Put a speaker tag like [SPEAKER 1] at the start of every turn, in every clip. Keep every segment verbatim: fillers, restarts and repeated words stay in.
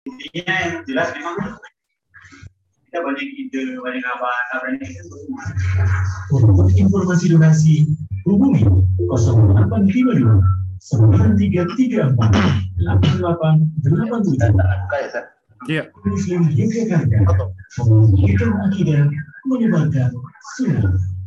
[SPEAKER 1] Intinya yang jelas memang kita banyak ide, banyak apa, kabarnya itu semua. Untuk informasi donasi, hubungi nol delapan lima dua sembilan tiga tiga empat delapan delapan delapan tujuh.
[SPEAKER 2] Iya.
[SPEAKER 1] Muslim Yogyakarta, memiliki akidah, menyebarkan sunnah.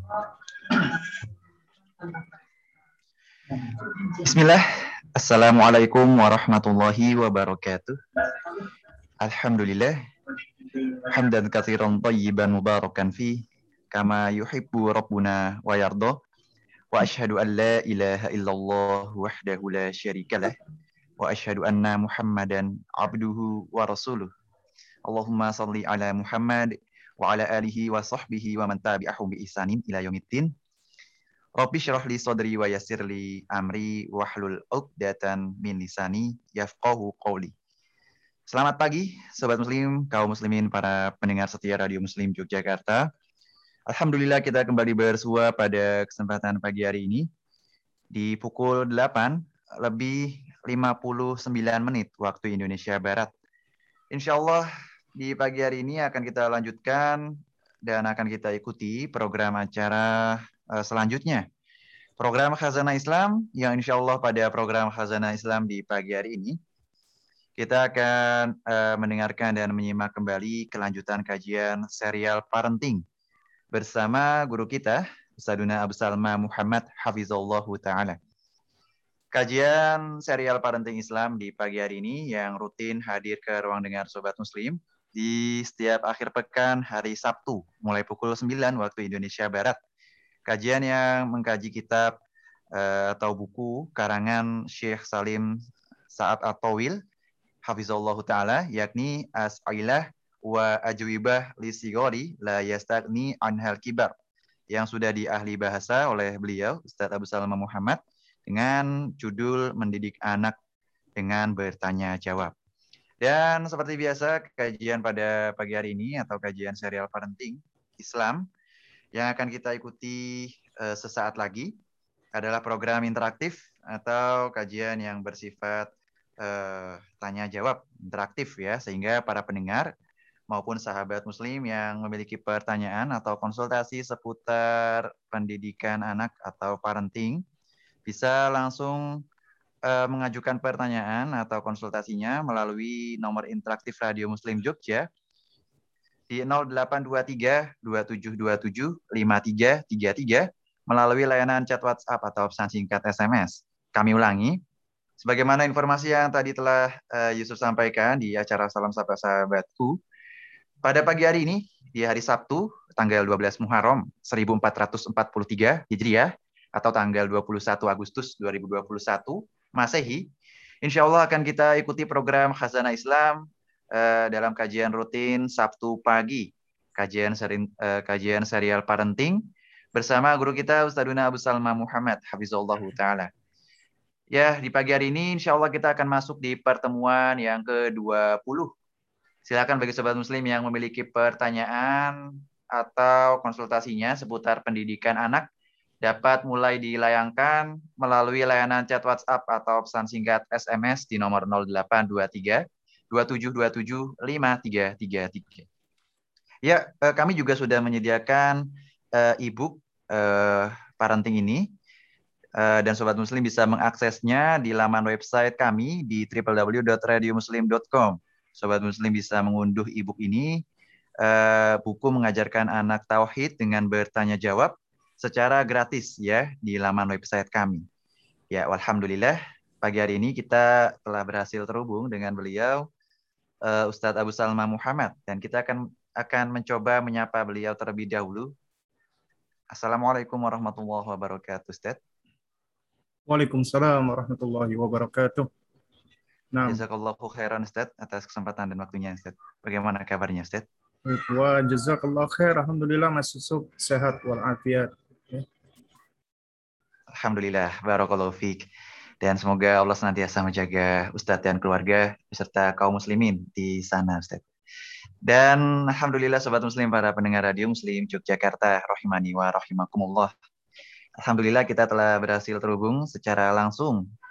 [SPEAKER 3] Bismillah. Assalamualaikum warahmatullahi wabarakatuh. Alhamdulillah. Hamdan katsiran thayyiban mubarakan fi kama yuhibbu rabbuna wa yarda. Wa asyhadu an la ilaha illallah wahdahu la syarikalah. Wa asyhadu anna Muhammadan abduhu wa rasuluh. Allahumma salli ala Muhammad wa ala alihi wa sahbihi wa man tabi'ahum bi ihsanin ila yaumiddin. Rabbi syrah li sadri wa yassir li amri wahlul 'uqdatan min lisani yafqahu qawli. Selamat pagi sobat muslim, kaum muslimin, para pendengar setia Radio Muslim Yogyakarta. Alhamdulillah kita kembali bersua pada kesempatan pagi hari ini di pukul delapan lebih lima puluh sembilan menit waktu Indonesia Barat. Insyaallah di pagi hari ini akan kita lanjutkan dan akan kita ikuti program acara selanjutnya, program Khazanah Islam, yang insya Allah pada program Khazanah Islam di pagi hari ini kita akan uh, mendengarkan dan menyimak kembali kelanjutan kajian serial parenting bersama guru kita Ustadzuna Abu Salma Muhammad Hafizallahu Ta'ala. Kajian serial parenting Islam di pagi hari ini yang rutin hadir ke ruang dengar Sobat Muslim di setiap akhir pekan hari Sabtu mulai pukul sembilan waktu Indonesia Barat. Kajian yang mengkaji kitab uh, atau buku karangan Syekh Salim Sa'ad At-Tawil Hafizallahu Ta'ala, yakni As-Ailah wa Ajwibah li Sigori la Yastagni Anhal Kibar, yang sudah diahli bahasa oleh beliau Ustadz Abu Salma Muhammad dengan judul Mendidik Anak dengan Bertanya Jawab. Dan seperti biasa, kajian pada pagi hari ini atau kajian serial parenting Islam yang akan kita ikuti uh, sesaat lagi adalah program interaktif atau kajian yang bersifat uh, tanya jawab interaktif ya, sehingga para pendengar maupun sahabat muslim yang memiliki pertanyaan atau konsultasi seputar pendidikan anak atau parenting bisa langsung uh, mengajukan pertanyaan atau konsultasinya melalui nomor interaktif Radio Muslim Jogja di nol delapan dua tiga dua tujuh dua tujuh lima tiga tiga tiga melalui layanan chat WhatsApp atau pesan singkat S M S. Kami ulangi, sebagaimana informasi yang tadi telah uh, Yusuf sampaikan di acara Salam Sapa Sahabatku, pada pagi hari ini, di hari Sabtu, tanggal dua belas Muharram seribu empat ratus empat puluh tiga Hijriah, atau tanggal dua puluh satu Agustus dua ribu dua puluh satu Masehi, insya Allah akan kita ikuti program Khazanah Islam Uh, dalam kajian rutin Sabtu pagi, kajian seri, uh, kajian serial parenting bersama guru kita Ustadzuna Abu Salma Muhammad Hafizallahu Ta'ala. Ya, di pagi hari ini insya Allah kita akan masuk di pertemuan yang ke dua puluh. Silakan bagi sobat muslim yang memiliki pertanyaan atau konsultasinya seputar pendidikan anak dapat mulai dilayangkan melalui layanan chat WhatsApp atau pesan singkat S M S di nomor nol delapan dua tiga dua tujuh dua tujuh lima tiga tiga tiga. Ya, eh, kami juga sudah menyediakan eh, e-book eh, parenting ini, eh, dan sobat muslim bisa mengaksesnya di laman website kami di w w w dot radio muslim dot com. Sobat muslim bisa mengunduh e-book ini, eh, buku mengajarkan anak tauhid dengan bertanya jawab secara gratis ya di laman website kami. Ya, alhamdulillah pagi hari ini kita telah berhasil terhubung dengan beliau Uh, Ustadz Abu Salma Muhammad, dan kita akan akan mencoba menyapa beliau terlebih dahulu. Assalamualaikum warahmatullahi wabarakatuh, Ustadz.
[SPEAKER 2] Waalaikumsalam warahmatullahi wabarakatuh.
[SPEAKER 3] Nah. Jazakallahu khairan, Ustadz, atas kesempatan dan waktunya, Ustadz. Bagaimana kabarnya, Ustadz?
[SPEAKER 2] Wa jazakallahu khair, alhamdulillah masih sehat walafiat.
[SPEAKER 3] Alhamdulillah, barakallahu fiik. Dan semoga Allah senantiasa menjaga Ustadz dan keluarga beserta kaum muslimin di sana, Ustadz. Dan alhamdulillah sobat muslim, para pendengar Radio Muslim Yogyakarta, rahimani wa rahimakumullah. Alhamdulillah kita telah berhasil terhubung secara langsung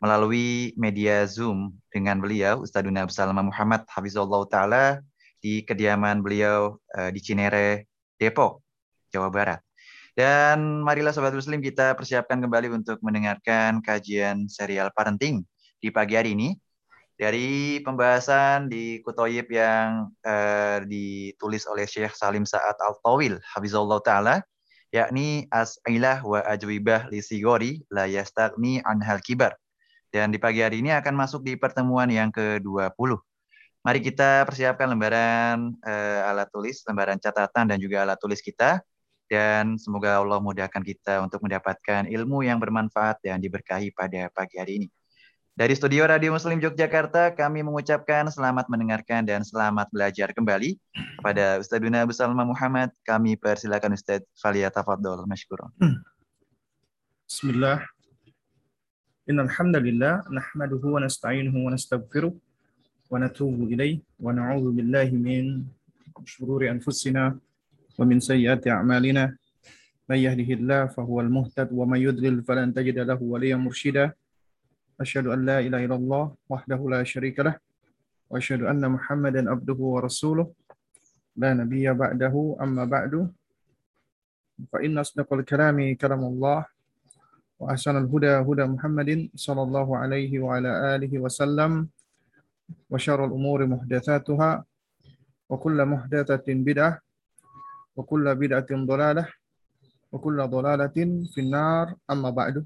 [SPEAKER 3] melalui media Zoom dengan beliau, Ustadzuna Abu Salama Muhammad Hafizahullah Ta'ala, di kediaman beliau uh, di Cinere, Depok, Jawa Barat. Dan marilah Sobat Muslim kita persiapkan kembali untuk mendengarkan kajian serial parenting di pagi hari ini. Dari pembahasan di Kutoyib yang uh, ditulis oleh Syekh Salim Sa'ad Al-Tawil, Hafizahullah Ta'ala, yakni As'ilah wa Ajwibah li Sigori la yastagni anhal kibar. Dan di pagi hari ini akan masuk di pertemuan yang ke dua puluh. Mari kita persiapkan lembaran uh, alat tulis, lembaran catatan dan juga alat tulis kita. Dan semoga Allah mudahkan kita untuk mendapatkan ilmu yang bermanfaat dan diberkahi pada pagi hari ini. Dari studio Radio Muslim Yogyakarta, kami mengucapkan selamat mendengarkan dan selamat belajar kembali. Kepada Ustadzuna Abu Salama Muhammad, kami persilakan Ustadz Faliyatafadol. Masykurun.
[SPEAKER 2] Bismillah. Innal hamdalillah nahmaduhu wa nasta'inuhu wa nastaghfiruh wa natubu ilaihi wa na'udzu billahi min shururi anfusina wa min sayyiati a'malina may yahdihillahu fahuwal muhtad wa may yudlil falan tajida lahu waliyyan mursyida asyhadu an la ilaha illallah wahdahu la syarikalah wa asyhadu anna muhammadan abduhu wa rasuluh la nabiyya ba'dahu amma ba'du fa inna asdaqal kalami kalamullah wa ahsanal huda huda muhammadin sallallahu alaihi wa ala alihi wasallam wa syarrul umuri muhdatsatuha wa kullu muhdatsatin bid'ah wa kullu bid'atin dhalalah wa kullu dhalalatin finnar amma ba'du.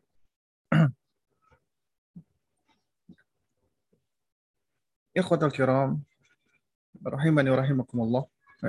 [SPEAKER 2] Ikhwatal kiram rahimani wa rahimakumullah.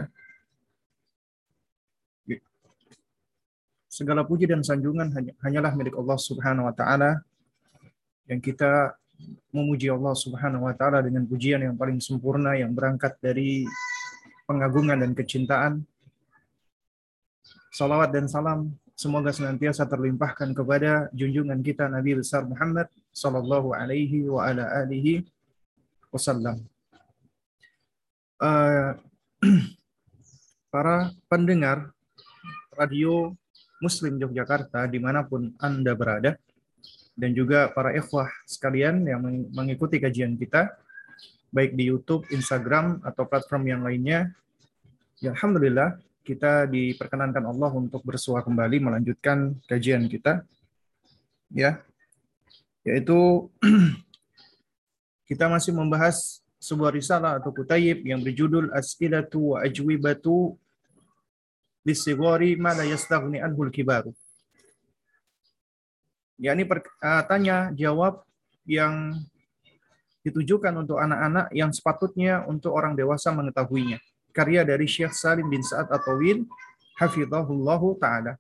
[SPEAKER 2] Segala puji dan sanjungan hanyalah milik Allah Subhanahu wa taala, yang kita memuji Allah Subhanahu wa taala dengan pujian yang paling sempurna yang berangkat dari pengagungan dan kecintaan. Salawat dan salam semoga senantiasa terlimpahkan kepada junjungan kita Nabi besar Muhammad sallallahu alaihi wa ala alihi wasallam. Uh, para pendengar Radio Muslim Yogyakarta dimanapun Anda berada, dan juga para ikhwah sekalian yang mengikuti kajian kita, baik di YouTube, Instagram, atau platform yang lainnya, ya, alhamdulillah, kita diperkenankan Allah untuk bersua kembali melanjutkan kajian kita, ya, yaitu kita masih membahas sebuah risalah atau kutayib yang berjudul As'ilatu wa Ajwibatu Lisigori ma la yastaghni anhul kibaru. yakni uh, tanya jawab yang ditujukan untuk anak-anak yang sepatutnya untuk orang dewasa mengetahuinya. Karya dari Syekh Salim bin Sa'ad At-Tawil, hafizahullahu ta'ala.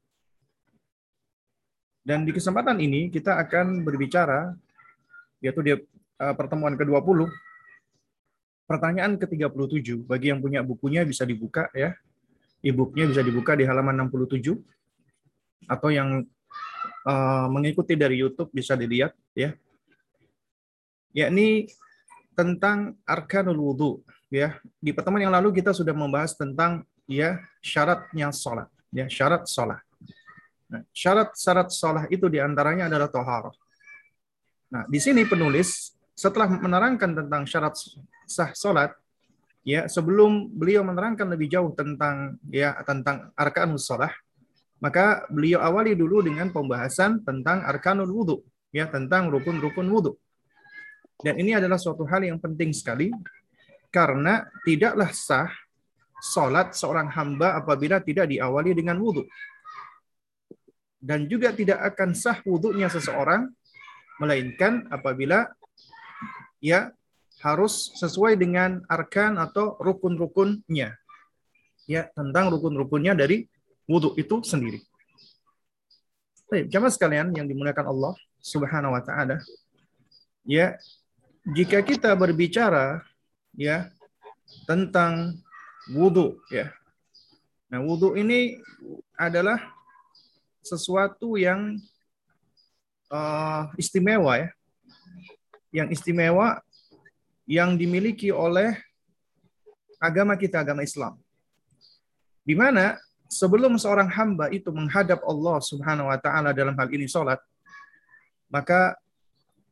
[SPEAKER 2] Dan di kesempatan ini kita akan berbicara, yaitu di uh, pertemuan ke dua puluh, pertanyaan ke tiga puluh tujuh. Bagi yang punya bukunya bisa dibuka ya. E-booknya bisa dibuka di halaman enam puluh tujuh. Atau yang uh, mengikuti dari YouTube bisa dilihat ya. Yakni tentang arkanul wudu ya. Di pertemuan yang lalu kita sudah membahas tentang ya syaratnya salat, ya syarat salat. Nah, syarat-syarat salat itu diantaranya adalah thaharah. Nah, di sini penulis setelah menerangkan tentang syarat sah salat, ya sebelum beliau menerangkan lebih jauh tentang ya tentang arkanus salat, maka beliau awali dulu dengan pembahasan tentang arkanul wudu, ya tentang rukun-rukun wudu. Dan ini adalah suatu hal yang penting sekali karena tidaklah sah salat seorang hamba apabila tidak diawali dengan wudu. Dan juga tidak akan sah wudunya seseorang melainkan apabila ya harus sesuai dengan arkan atau rukun-rukunnya. Ya, tentang rukun-rukunnya dari wudu itu sendiri. Baik, jamaah sekalian yang dimuliakan Allah Subhanahu wa taala. Ya, jika kita berbicara ya tentang wudu ya. Nah, wudu ini adalah sesuatu yang uh, istimewa ya. Yang istimewa yang dimiliki oleh agama kita, agama Islam. Di mana sebelum seorang hamba itu menghadap Allah Subhanahu wa taala dalam hal ini salat, maka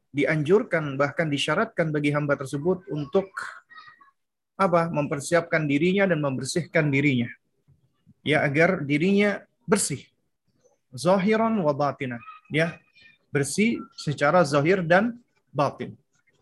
[SPEAKER 2] dianjurkan bahkan disyaratkan bagi hamba tersebut untuk apa? Mempersiapkan dirinya dan membersihkan dirinya. Ya, agar dirinya bersih. Zahiran wa batinan, ya. Bersih secara zahir dan batin.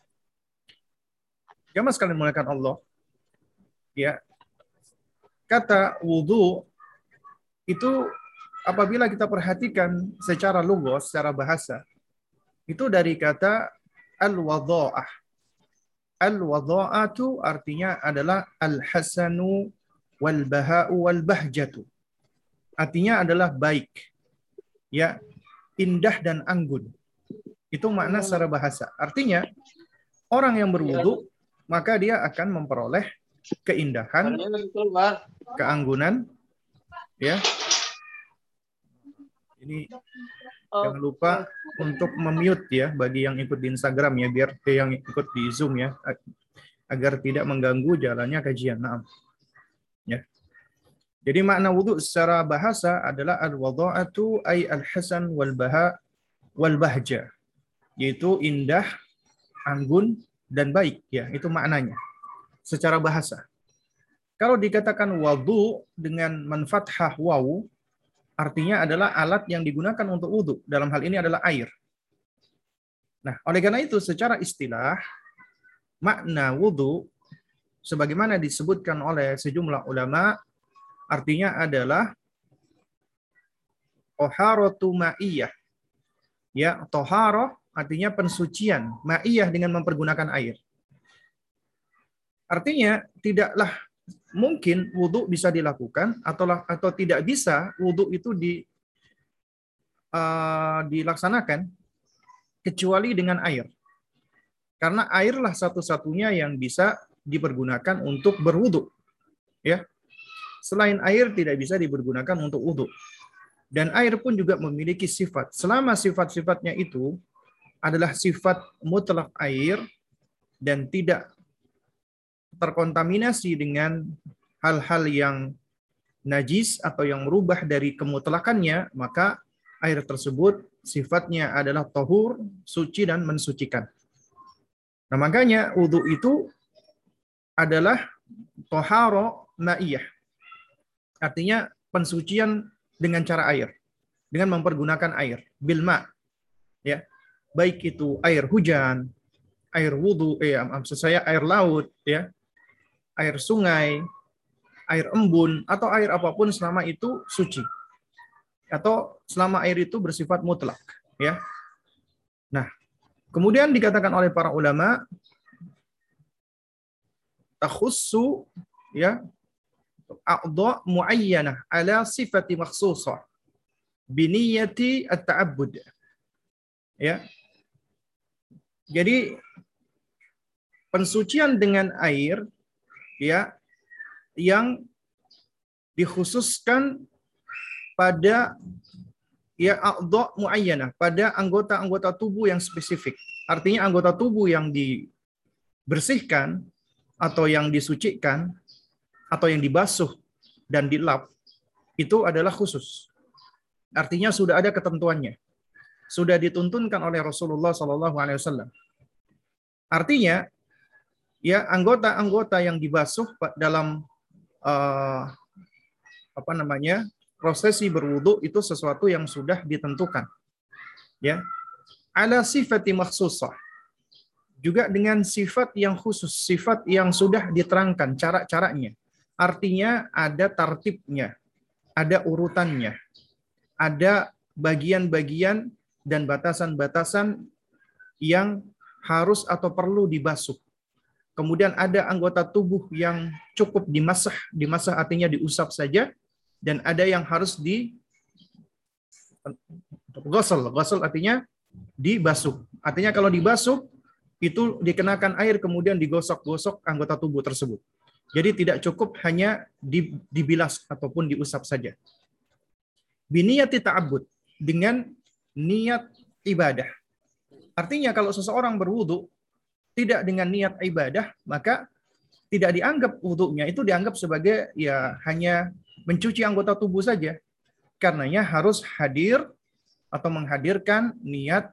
[SPEAKER 2] Jamaah sekalian muliakan Allah. Ya. Kata wudu itu apabila kita perhatikan secara lugos, secara bahasa, itu dari kata al-wadha'ah. Al-wadha'atu artinya adalah al-hasanu wal-baha'u wal-bahjatu. Artinya adalah baik. Ya, indah dan anggun. Itu makna secara bahasa. Artinya orang yang berwudu maka dia akan memperoleh keindahan, keanggunan, ya. Ini jangan lupa untuk memute ya bagi yang ikut di Instagram ya, biar eh, yang ikut di Zoom ya, agar tidak mengganggu jalannya kajian. Nah, ya. Jadi makna wudu secara bahasa adalah al-wadha'atu ay al-hasan wal baha wal bahja, yaitu indah, anggun dan baik ya, itu maknanya secara bahasa. Kalau dikatakan wudu dengan man-fathah waw, artinya adalah alat yang digunakan untuk wudu. Dalam hal ini adalah air. Nah, oleh karena itu secara istilah makna wudu sebagaimana disebutkan oleh sejumlah ulama artinya adalah toharatu ma'iyah. Ya, toharoh artinya pensucian, ma'iyah dengan mempergunakan air. Artinya tidaklah mungkin wudu bisa dilakukan atau atau tidak bisa wudu itu di uh, dilaksanakan kecuali dengan air. Karena airlah satu-satunya yang bisa dipergunakan untuk berwudu. Ya. Selain air tidak bisa dipergunakan untuk wudu. Dan air pun juga memiliki sifat. Selama sifat-sifatnya itu adalah sifat mutlak air dan tidak terkontaminasi dengan hal-hal yang najis atau yang merubah dari kemutlakannya, maka air tersebut sifatnya adalah tahur, suci dan mensucikan. Nah, makanya wudu itu adalah toharo ma'iyah. Artinya pensucian dengan cara air, dengan mempergunakan air, bilma, ya, baik itu air hujan, air wudu, eh, maksud saya air laut, ya, air sungai, air embun atau air apapun selama itu suci, atau selama air itu bersifat mutlak, ya. Nah, kemudian dikatakan oleh para ulama, takhussu, ya, a'dha muayyanah ala sifati makhsusah biniyati at-ta'abbud. Ya. Jadi pensucian dengan air ya yang dikhususkan pada ya a'dha muayyanah, pada anggota-anggota tubuh yang spesifik. Artinya anggota tubuh yang dibersihkan atau yang disucikan atau yang dibasuh dan dilap itu adalah khusus. Artinya sudah ada ketentuannya. Sudah dituntunkan oleh Rasulullah shallallahu alaihi wasallam. Artinya ya anggota-anggota yang dibasuh dalam uh, apa namanya? prosesi berwudu itu sesuatu yang sudah ditentukan. Ya. Ala sifati makhsusah. Juga dengan sifat yang khusus, sifat yang sudah diterangkan cara-caranya. Artinya ada tartibnya, ada urutannya, ada bagian-bagian dan batasan-batasan yang harus atau perlu dibasuh. Kemudian ada anggota tubuh yang cukup dimasah, dimasah artinya diusap saja, dan ada yang harus di ghusl, ghusl artinya dibasuh. Artinya kalau dibasuh itu dikenakan air kemudian digosok-gosok anggota tubuh tersebut. Jadi tidak cukup hanya dibilas ataupun diusap saja. Biniyati ta'abbud, dengan niat ibadah. Artinya kalau seseorang berwudu tidak dengan niat ibadah, maka tidak dianggap wudunya itu dianggap sebagai ya hanya mencuci anggota tubuh saja. Karenanya harus hadir atau menghadirkan niat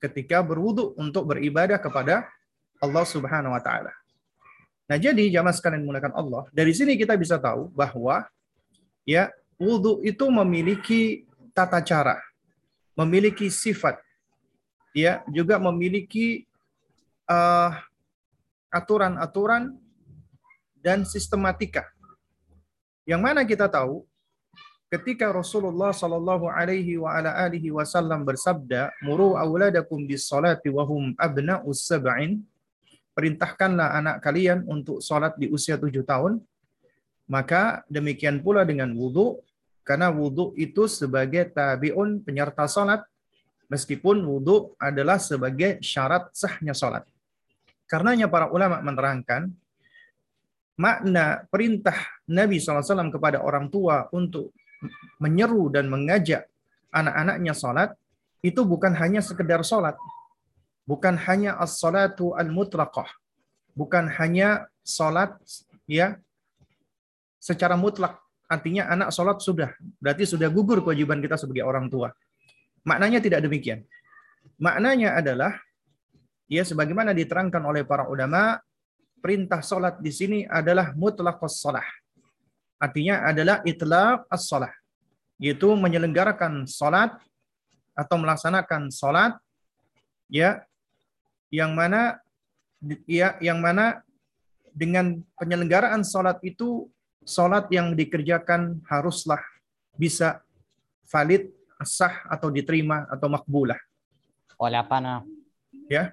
[SPEAKER 2] ketika berwudu untuk beribadah kepada Allah Subhanahu wa taala. Nah, jadi jamaah sekalian menggunakan Allah, dari sini kita bisa tahu bahwa ya, wudu itu memiliki tata cara, memiliki sifat, ya, juga memiliki uh, aturan-aturan dan sistematika. Yang mana kita tahu ketika Rasulullah Shallallahu Alaihi wa ala alihi Wasallam bersabda, "Muru auladakum bis salati wa hum abna'us sab'in," perintahkanlah anak kalian untuk sholat di usia tujuh tahun. Maka demikian pula dengan wudu, karena wudu itu sebagai tabi'un penyerta sholat, meskipun wudu adalah sebagai syarat sahnya sholat. Karenanya para ulama menerangkan makna perintah Nabi shallallahu alaihi wasallam kepada orang tua untuk menyeru dan mengajak anak-anaknya sholat, itu bukan hanya sekedar sholat, bukan hanya as-salatu al-mutlaqah, bukan hanya sholat ya secara mutlak, artinya anak sholat sudah, berarti sudah gugur kewajiban kita sebagai orang tua. Maknanya tidak demikian. Maknanya adalah, ya sebagaimana diterangkan oleh para ulama, perintah sholat di sini adalah mutlaqus sholah. Artinya adalah itlaq as-sholah, yaitu menyelenggarakan sholat atau melaksanakan sholat, ya, yang mana, ya, yang mana dengan penyelenggaraan sholat itu, sholat yang dikerjakan haruslah bisa valid, sah atau diterima atau makbulah.
[SPEAKER 4] Oleh apa nah?
[SPEAKER 2] Ya.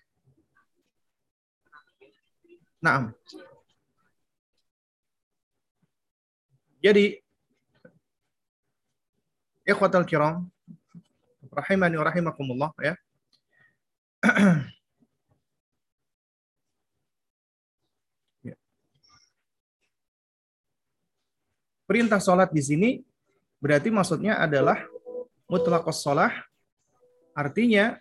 [SPEAKER 2] Naam. Jadi, ikhwatal kiram, rahimani wa rahimakumullah, ya. Perintah sholat di sini berarti maksudnya adalah mutlaqus sholah, artinya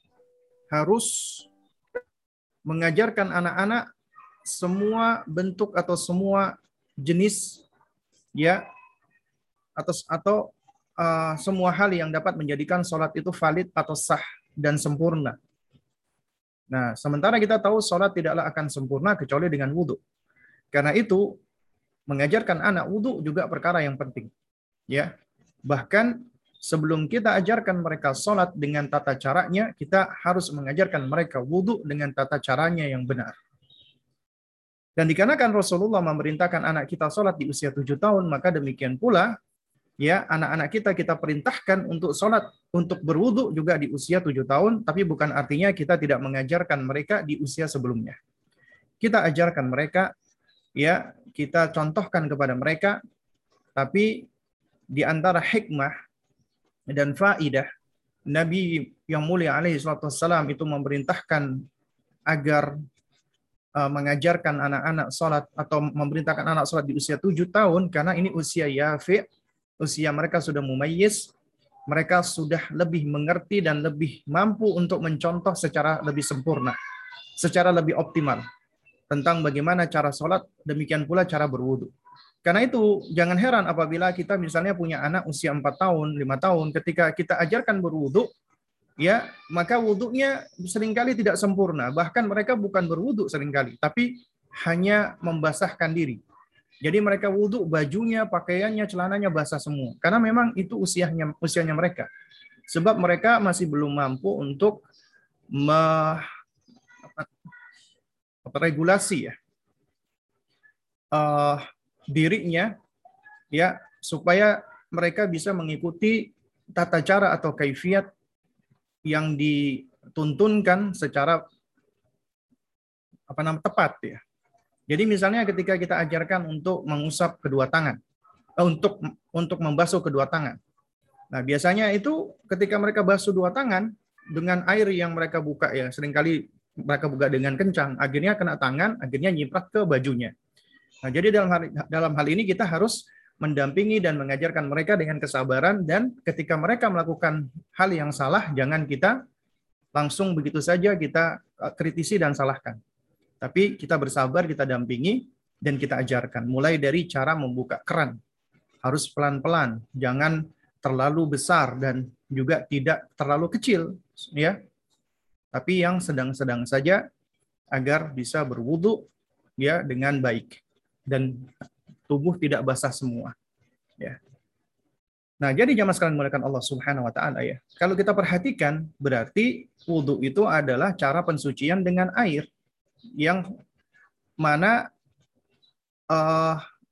[SPEAKER 2] harus mengajarkan anak-anak semua bentuk atau semua jenis, ya, atau atau uh, semua hal yang dapat menjadikan sholat itu valid atau sah dan sempurna. Nah, sementara kita tahu sholat tidaklah akan sempurna kecuali dengan wudhu. Karena itu mengajarkan anak wudhu juga perkara yang penting. Ya, bahkan sebelum kita ajarkan mereka sholat dengan tata caranya, kita harus mengajarkan mereka wudhu dengan tata caranya yang benar. Dan dikarenakan Rasulullah memerintahkan anak kita sholat di usia tujuh tahun, maka demikian pula, ya, anak-anak kita kita perintahkan untuk sholat, untuk berwudhu juga di usia tujuh tahun, tapi bukan artinya kita tidak mengajarkan mereka di usia sebelumnya. Kita ajarkan mereka, ya, kita contohkan kepada mereka, tapi di antara hikmah dan faidah, Nabi yang mulia alaihi salatu wassalam itu memerintahkan agar uh, mengajarkan anak-anak sholat atau memerintahkan anak sholat di usia tujuh tahun, karena ini usia yafi', usia mereka sudah mumayyiz, mereka sudah lebih mengerti dan lebih mampu untuk mencontoh secara lebih sempurna, secara lebih optimal tentang bagaimana cara sholat, demikian pula cara berwudu. Karena itu jangan heran apabila kita misalnya punya anak usia empat tahun, lima tahun, ketika kita ajarkan berwudu, ya, maka wudunya seringkali tidak sempurna. Bahkan mereka bukan berwudu seringkali, tapi hanya membasahkan diri. Jadi mereka wudu, bajunya, pakaiannya, celananya basah semua. Karena memang itu usianya usianya mereka. Sebab mereka masih belum mampu untuk me regulasi, ya, uh, dirinya, ya, supaya mereka bisa mengikuti tata cara atau kaifiat yang dituntunkan secara apa namanya tepat, ya. Jadi misalnya ketika kita ajarkan untuk mengusap kedua tangan, uh, untuk untuk membasuh kedua tangan. Nah, biasanya itu ketika mereka basuh dua tangan dengan air yang mereka buka, ya, seringkali mereka buka dengan kencang, akhirnya kena tangan, akhirnya nyiprat ke bajunya. Nah, jadi dalam hal, dalam hal ini kita harus mendampingi dan mengajarkan mereka dengan kesabaran, dan ketika mereka melakukan hal yang salah, jangan kita langsung begitu saja kita kritisi dan salahkan. Tapi kita bersabar, kita dampingi, dan kita ajarkan. Mulai dari cara membuka keran. Harus pelan-pelan, jangan terlalu besar dan juga tidak terlalu kecil, ya. tapi yang sedang-sedang saja agar bisa berwudu ya dengan baik dan tubuh tidak basah semua. Ya. Nah, jadi jamaah sekalian dimuliakan Allah Subhanahu wa taala ya. Kalau kita perhatikan berarti wudu itu adalah cara pensucian dengan air yang mana uh,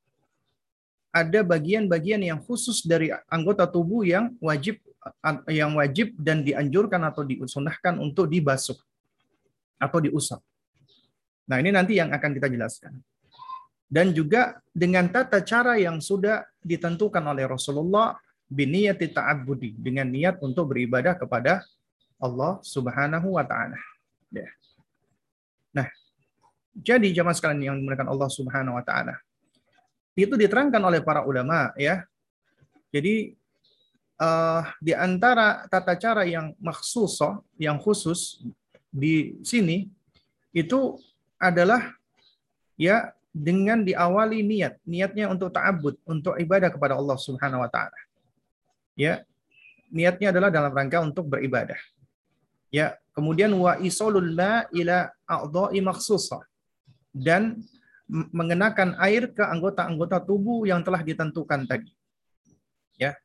[SPEAKER 2] ada bagian-bagian yang khusus dari anggota tubuh yang wajib yang wajib dan dianjurkan atau disunahkan untuk dibasuh atau diusap. Nah, ini nanti yang akan kita jelaskan. Dan juga dengan tata cara yang sudah ditentukan oleh Rasulullah biniyati ta'abbudi, dengan niat untuk beribadah kepada Allah Subhanahu wa taala. Ya. Nah, jadi jamaah sekalian yang dimuliakan Allah Subhanahu wa taala, itu diterangkan oleh para ulama ya. Jadi uh, di antara tata cara yang makhsusah, yang khusus di sini itu adalah ya dengan diawali niat, niatnya untuk ta'abbud, untuk ibadah kepada Allah Subhanahu wa taala. Ya. Niatnya adalah dalam rangka untuk beribadah. Ya, kemudian wa isalul ma ila a'dha'i makhsusah, dan mengenakan air ke anggota-anggota tubuh yang telah ditentukan tadi. Ya.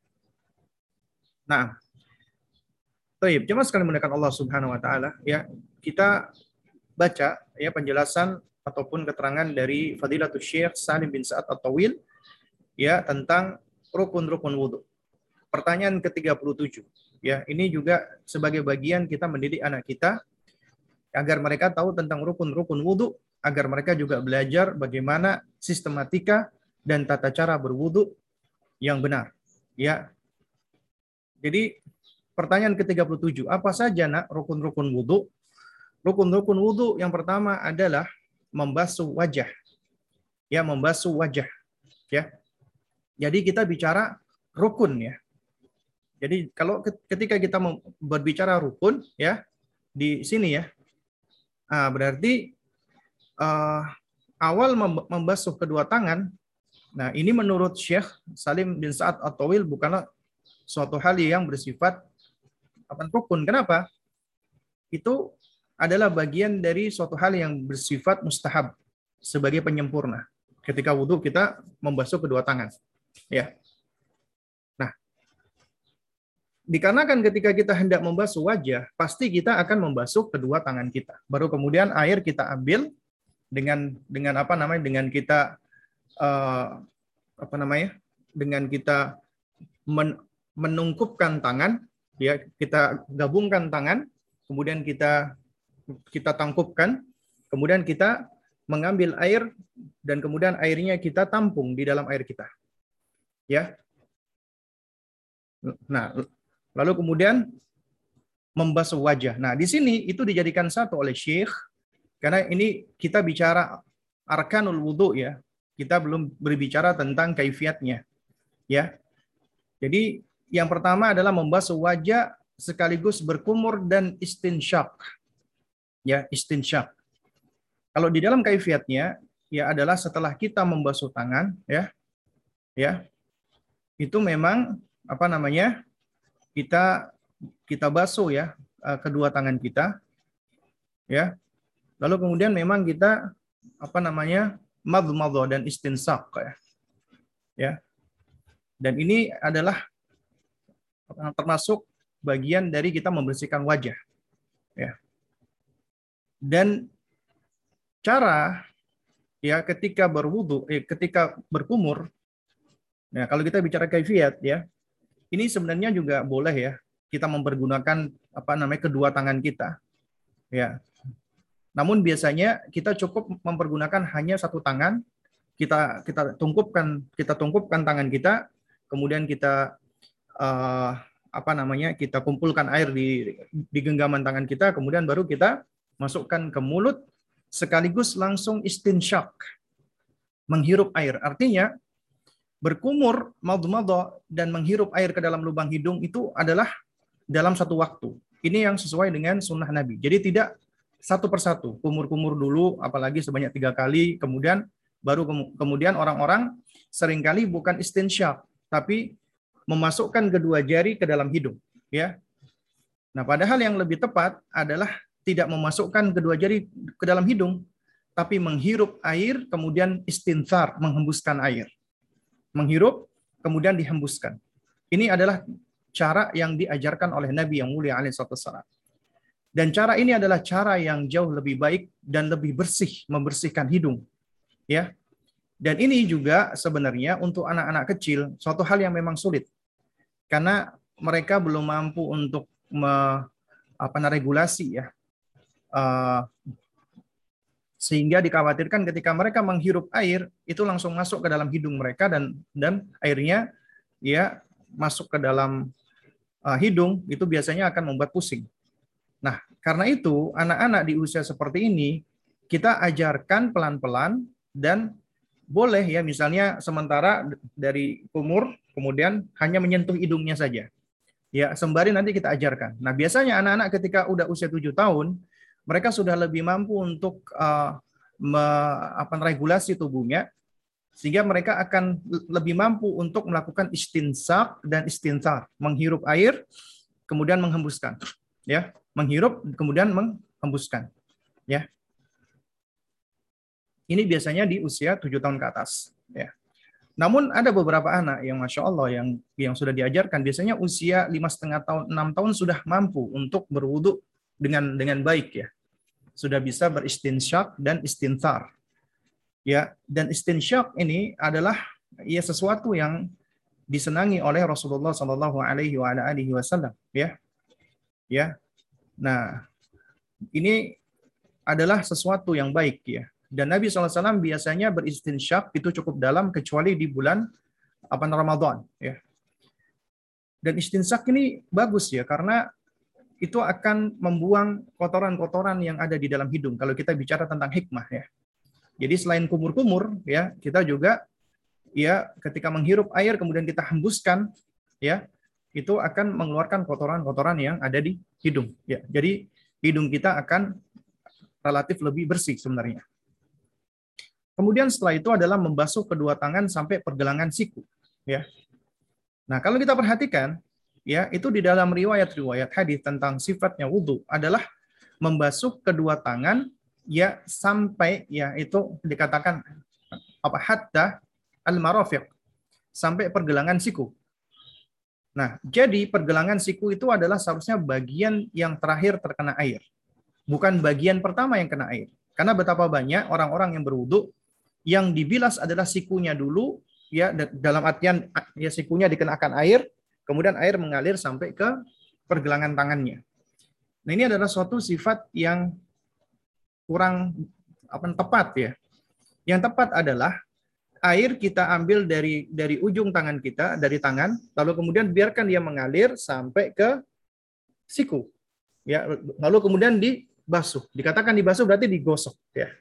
[SPEAKER 2] Nah, baik, jemaah sekalian dimuliakan Allah Subhanahu wa taala, ya. Kita baca ya penjelasan ataupun keterangan dari Fadilatul Syekh Salim bin Sa'ad At-Tawil ya tentang rukun-rukun wudu. Pertanyaan ke tiga puluh tujuh. Ya, ini juga sebagai bagian kita mendidik anak kita agar mereka tahu tentang rukun-rukun wudu, agar mereka juga belajar bagaimana sistematika dan tata cara berwudu yang benar. Ya. Jadi pertanyaan ke tiga puluh tujuh, apa saja nak rukun-rukun wudu? Rukun-rukun wudu yang pertama adalah membasuh wajah. Ya, membasuh wajah. Ya. Jadi kita bicara rukun ya. Jadi kalau ketika kita berbicara rukun ya di sini ya, nah, berarti uh, awal membasuh kedua tangan. Nah, ini menurut Syekh Salim bin Sa'ad At-Tawil bukanlah suatu hal yang bersifat apa rukun. Kenapa? Itu adalah bagian dari suatu hal yang bersifat mustahab sebagai penyempurna. Ketika wudhu kita membasuh kedua tangan. Ya. Nah, dikarenakan ketika kita hendak membasuh wajah, pasti kita akan membasuh kedua tangan kita. Baru kemudian air kita ambil dengan dengan apa namanya? Dengan kita uh, apa namanya? Dengan kita men, menungkupkan tangan, ya, kita gabungkan tangan, kemudian kita kita tangkupkan, kemudian kita mengambil air dan kemudian airnya kita tampung di dalam air kita. Ya. Nah, lalu kemudian membasuh wajah. Nah, di sini itu dijadikan satu oleh Syekh karena ini kita bicara arkanul wudu ya. Kita belum berbicara tentang kaifiatnya. Ya. Jadi yang pertama adalah membasuh wajah sekaligus berkumur dan istinsyak. Ya, istinsyak. Kalau di dalam kaifiatnya ya adalah setelah kita membasuh tangan ya. Ya. Itu memang apa namanya? kita kita basuh ya kedua tangan kita. Ya. Lalu kemudian memang kita apa namanya? madmadhah dan istinsak ya. Ya. Dan ini adalah termasuk bagian dari kita membersihkan wajah. Ya. Dan cara ya ketika berwudu, eh, ketika berkumur, nah kalau kita bicara kaifiat ya, ini sebenarnya juga boleh ya kita mempergunakan apa namanya kedua tangan kita, ya. Namun biasanya kita cukup mempergunakan hanya satu tangan, kita kita tungkupkan kita tungkupkan tangan kita, kemudian kita uh, apa namanya kita kumpulkan air di di genggaman tangan kita, kemudian baru kita masukkan ke mulut sekaligus langsung istinsyak, menghirup air. Artinya berkumur, madmadhah dan menghirup air ke dalam lubang hidung itu adalah dalam satu waktu. Ini yang sesuai dengan sunnah Nabi. Jadi tidak satu persatu, kumur-kumur dulu, apalagi sebanyak tiga kali, kemudian baru kemudian orang-orang seringkali bukan istinsyak, tapi memasukkan kedua jari ke dalam hidung. Ya. Nah, padahal yang lebih tepat adalah tidak memasukkan kedua jari ke dalam hidung, tapi menghirup air, kemudian istinthar, menghembuskan air. Menghirup, kemudian dihembuskan. Ini adalah cara yang diajarkan oleh Nabi yang mulia alaihi wasallam. Dan cara ini adalah cara yang jauh lebih baik dan lebih bersih, membersihkan hidung. Ya. Dan ini juga sebenarnya untuk anak-anak kecil, suatu hal yang memang sulit. Karena mereka belum mampu untuk me, apa, regulasi ya. Uh, sehingga dikhawatirkan ketika mereka menghirup air itu langsung masuk ke dalam hidung mereka dan dan airnya ya masuk ke dalam uh, hidung, itu biasanya akan membuat pusing. Nah, karena itu anak-anak di usia seperti ini kita ajarkan pelan-pelan dan boleh ya misalnya sementara dari umur kemudian hanya menyentuh hidungnya saja. Ya, sembari nanti kita ajarkan. Nah, biasanya anak-anak ketika udah usia tujuh tahun mereka sudah lebih mampu untuk uh, me, apa, regulasi tubuhnya, sehingga mereka akan lebih mampu untuk melakukan istinsak dan istinthar, menghirup air, kemudian menghembuskan, ya, menghirup kemudian menghembuskan, ya. Ini biasanya di usia tujuh tahun ke atas, ya. Namun ada beberapa anak yang masya Allah yang yang sudah diajarkan, biasanya usia lima setengah tahun, enam tahun sudah mampu untuk berwudu dengan dengan baik ya, sudah bisa beristinsyak dan istinthar ya. Dan istinsyak ini adalah ya sesuatu yang disenangi oleh Rasulullah Shallallahu Alaihi Wasallam ya ya. Nah, ini adalah sesuatu yang baik ya, dan Nabi shallallahu alaihi wasallam biasanya beristinsyak itu cukup dalam kecuali di bulan apa Ramadan ya. Dan istinsyak ini bagus ya karena itu akan membuang kotoran-kotoran yang ada di dalam hidung. Kalau kita bicara tentang hikmah ya. Jadi selain kumur-kumur ya, kita juga ya ketika menghirup air kemudian kita hembuskan ya, itu akan mengeluarkan kotoran-kotoran yang ada di hidung ya. Jadi hidung kita akan relatif lebih bersih sebenarnya. Kemudian setelah itu adalah membasuh kedua tangan sampai pergelangan siku ya. Nah, kalau kita perhatikan ya, itu di dalam riwayat-riwayat hadis tentang sifatnya wudhu adalah membasuh kedua tangan ya sampai ya itu dikatakan apa hatta al-marafiq, sampai pergelangan siku. Nah, jadi pergelangan siku itu adalah seharusnya bagian yang terakhir terkena air, bukan bagian pertama yang kena air. Karena betapa banyak orang-orang yang berwudhu yang dibilas adalah sikunya dulu ya, dalam artian ya sikunya dikenakan air, kemudian air mengalir sampai ke pergelangan tangannya. Nah, ini adalah suatu sifat yang kurang apa tepat ya. Yang tepat adalah air kita ambil dari dari ujung tangan kita, dari tangan, lalu kemudian biarkan dia mengalir sampai ke siku. Ya, lalu kemudian dibasuh. Dikatakan dibasuh berarti digosok ya.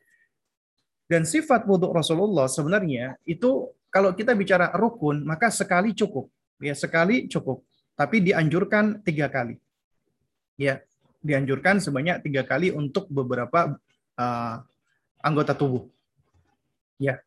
[SPEAKER 2] Dan sifat wudhu Rasulullah sebenarnya itu kalau kita bicara rukun maka sekali cukup. Ya, sekali cukup, tapi dianjurkan tiga kali. Ya, dianjurkan sebanyak tiga kali untuk beberapa uh, anggota tubuh. Ya,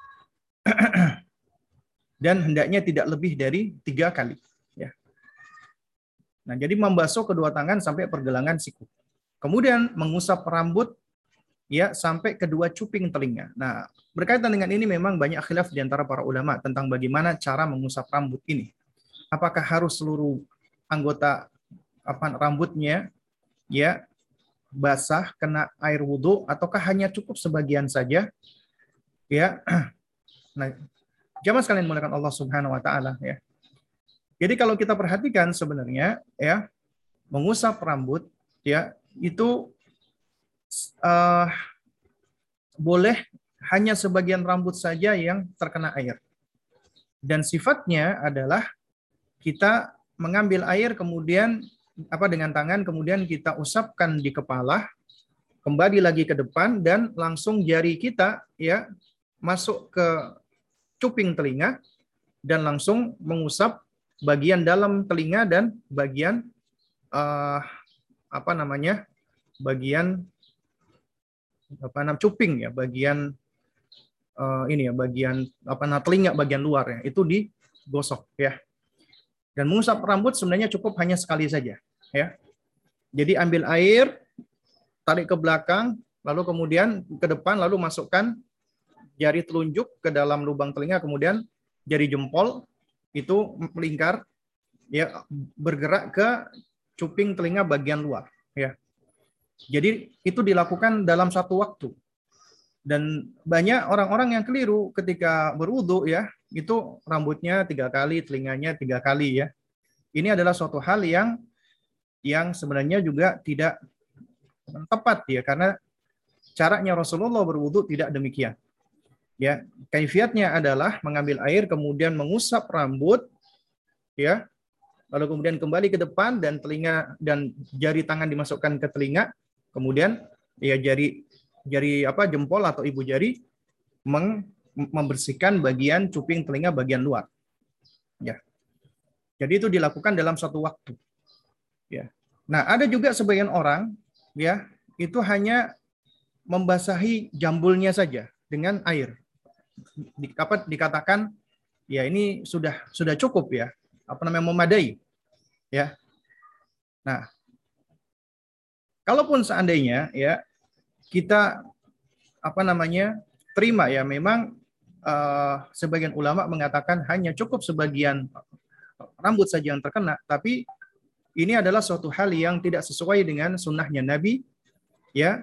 [SPEAKER 2] dan hendaknya tidak lebih dari tiga kali. Ya. Nah, jadi membasuh kedua tangan sampai pergelangan siku. Kemudian mengusap rambut ya sampai kedua cuping telinga. Nah, berkaitan dengan ini memang banyak khilaf di antara para ulama tentang bagaimana cara mengusap rambut ini. Apakah harus seluruh anggota apa rambutnya ya basah kena air wudhu ataukah hanya cukup sebagian saja ya. Nah, jamaah sekalian dimuliakan Allah Subhanahu wa taala ya. Jadi kalau kita perhatikan sebenarnya ya mengusap rambut ya itu uh, boleh hanya sebagian rambut saja yang terkena air. Dan sifatnya adalah kita mengambil air kemudian apa dengan tangan kemudian kita usapkan di kepala, kembali lagi ke depan dan langsung jari kita ya masuk ke cuping telinga dan langsung mengusap bagian dalam telinga dan bagian uh, apa namanya? bagian apa namanya cuping ya, bagian uh, ini ya, bagian apa nah telinga bagian luar ya, itu digosok ya. Dan mengusap rambut sebenarnya cukup hanya sekali saja ya. Jadi ambil air tarik ke belakang, lalu kemudian ke depan, lalu masukkan jari telunjuk ke dalam lubang telinga, kemudian jari jempol itu melingkar, ya, bergerak ke cuping telinga bagian luar, ya. Jadi itu dilakukan dalam satu waktu. Dan banyak orang-orang yang keliru ketika berwudu, ya, itu rambutnya tiga kali, telinganya tiga kali, ya. Ini adalah suatu hal yang yang sebenarnya juga tidak tepat, ya, karena caranya Rasulullah berwudu tidak demikian. Ya, kaifiatnya adalah mengambil air kemudian mengusap rambut, ya, lalu kemudian kembali ke depan dan telinga dan jari tangan dimasukkan ke telinga, kemudian ya jari jari apa jempol atau ibu jari meng, membersihkan bagian cuping telinga bagian luar. Ya. Jadi itu dilakukan dalam satu waktu. Ya. Nah, ada juga sebagian orang, ya, itu hanya membasahi jambulnya saja dengan air. Di, apa, dikatakan ya ini sudah sudah cukup, ya, apa namanya, memadai, ya. Nah, kalaupun seandainya, ya, kita apa namanya terima, ya, memang uh, sebagian ulama mengatakan hanya cukup sebagian rambut saja yang terkena, tapi ini adalah suatu hal yang tidak sesuai dengan sunnahnya Nabi, ya,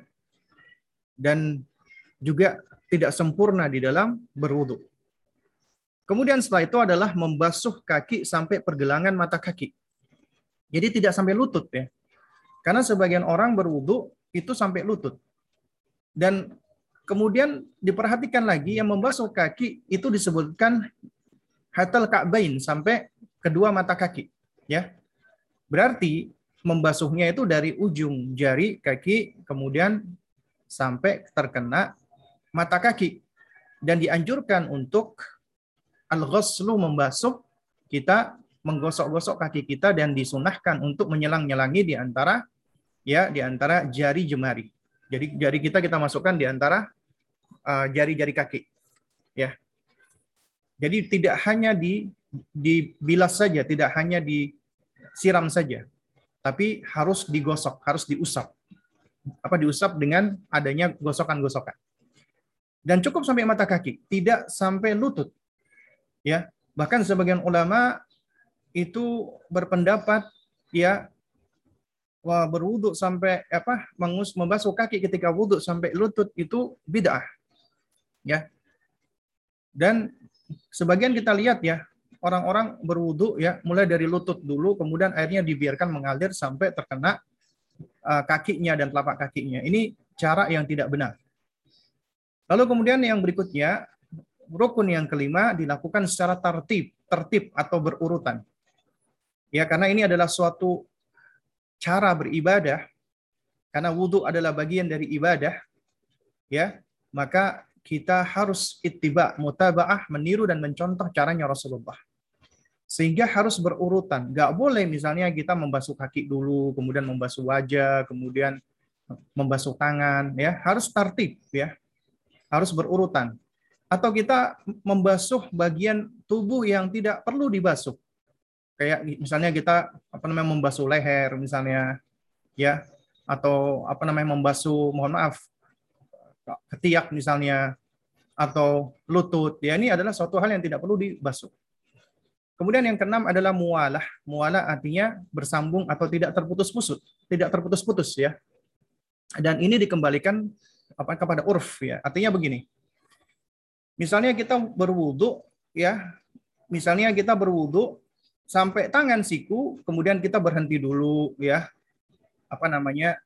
[SPEAKER 2] dan juga tidak sempurna di dalam berwudu. Kemudian setelah itu adalah membasuh kaki sampai pergelangan mata kaki. Jadi tidak sampai lutut, ya. Karena sebagian orang berwudu itu sampai lutut. Dan kemudian diperhatikan lagi yang membasuh kaki itu disebutkan hatal ka'bain, sampai kedua mata kaki, ya. Berarti membasuhnya itu dari ujung jari kaki kemudian sampai terkena mata kaki. Dan dianjurkan untuk al-ghuslu, membasuh, kita menggosok-gosok kaki kita, dan disunahkan untuk menyelang-nyelangi di antara, ya, di antara jari jemari. Jadi jari kita kita masukkan di antara uh, jari-jari kaki, ya. Jadi tidak hanya di dibilas saja, tidak hanya disiram saja, tapi harus digosok, harus diusap. Apa diusap dengan adanya gosokan-gosokan. Dan cukup sampai mata kaki, tidak sampai lutut. Ya, bahkan sebagian ulama itu berpendapat, ya, wah, berwudu sampai apa mengus membasuh kaki ketika wudu sampai lutut itu bid'ah. Ya. Dan sebagian kita lihat, ya, orang-orang berwudu, ya, mulai dari lutut dulu, kemudian airnya dibiarkan mengalir sampai terkena uh, kakinya dan telapak kakinya. Ini cara yang tidak benar. Lalu kemudian yang berikutnya, rukun yang kelima dilakukan secara tertib, tertib atau berurutan. Ya, karena ini adalah suatu cara beribadah, karena wudu adalah bagian dari ibadah, ya, maka kita harus ittiba, mutaba'ah, meniru dan mencontoh caranya Rasulullah. Sehingga harus berurutan. Nggak boleh misalnya kita membasuh kaki dulu, kemudian membasuh wajah, kemudian membasuh tangan, ya, harus tertib, ya. Harus berurutan. Atau kita membasuh bagian tubuh yang tidak perlu dibasuh. Kayak misalnya kita apa namanya membasuh leher misalnya, ya, atau apa namanya membasuh, mohon maaf, ketiak misalnya, atau lutut, ya, ini adalah suatu hal yang tidak perlu dibasuh. Kemudian yang keenam adalah mualah. Mualah artinya bersambung atau tidak terputus-putus, tidak terputus-putus, ya. Dan ini dikembalikan apa kepada urf, ya. Artinya begini. Misalnya kita berwudu, ya. Misalnya kita berwudu sampai tangan siku, kemudian kita berhenti dulu, ya. Apa namanya?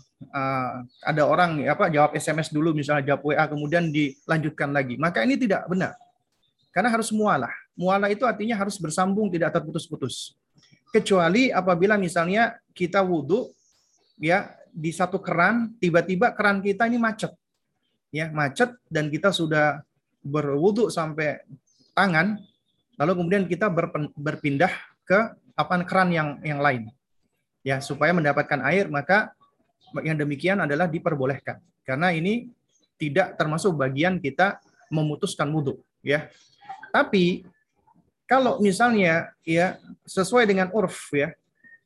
[SPEAKER 2] Uh, ada orang, ya, apa jawab S M S dulu, misalnya jawab W A, kemudian dilanjutkan lagi. Maka ini tidak benar. Karena harus mualah. Mualah itu artinya harus bersambung, tidak terputus-putus. Kecuali apabila misalnya kita wudu, ya, di satu keran, tiba-tiba keran kita ini macet. Ya, macet dan kita sudah berwudu sampai tangan, lalu kemudian kita berpindah ke apa keran yang yang lain. Ya, supaya mendapatkan air, maka yang demikian adalah diperbolehkan. Karena ini tidak termasuk bagian kita memutuskan wudu, ya. Tapi kalau misalnya, ya, sesuai dengan urf, ya,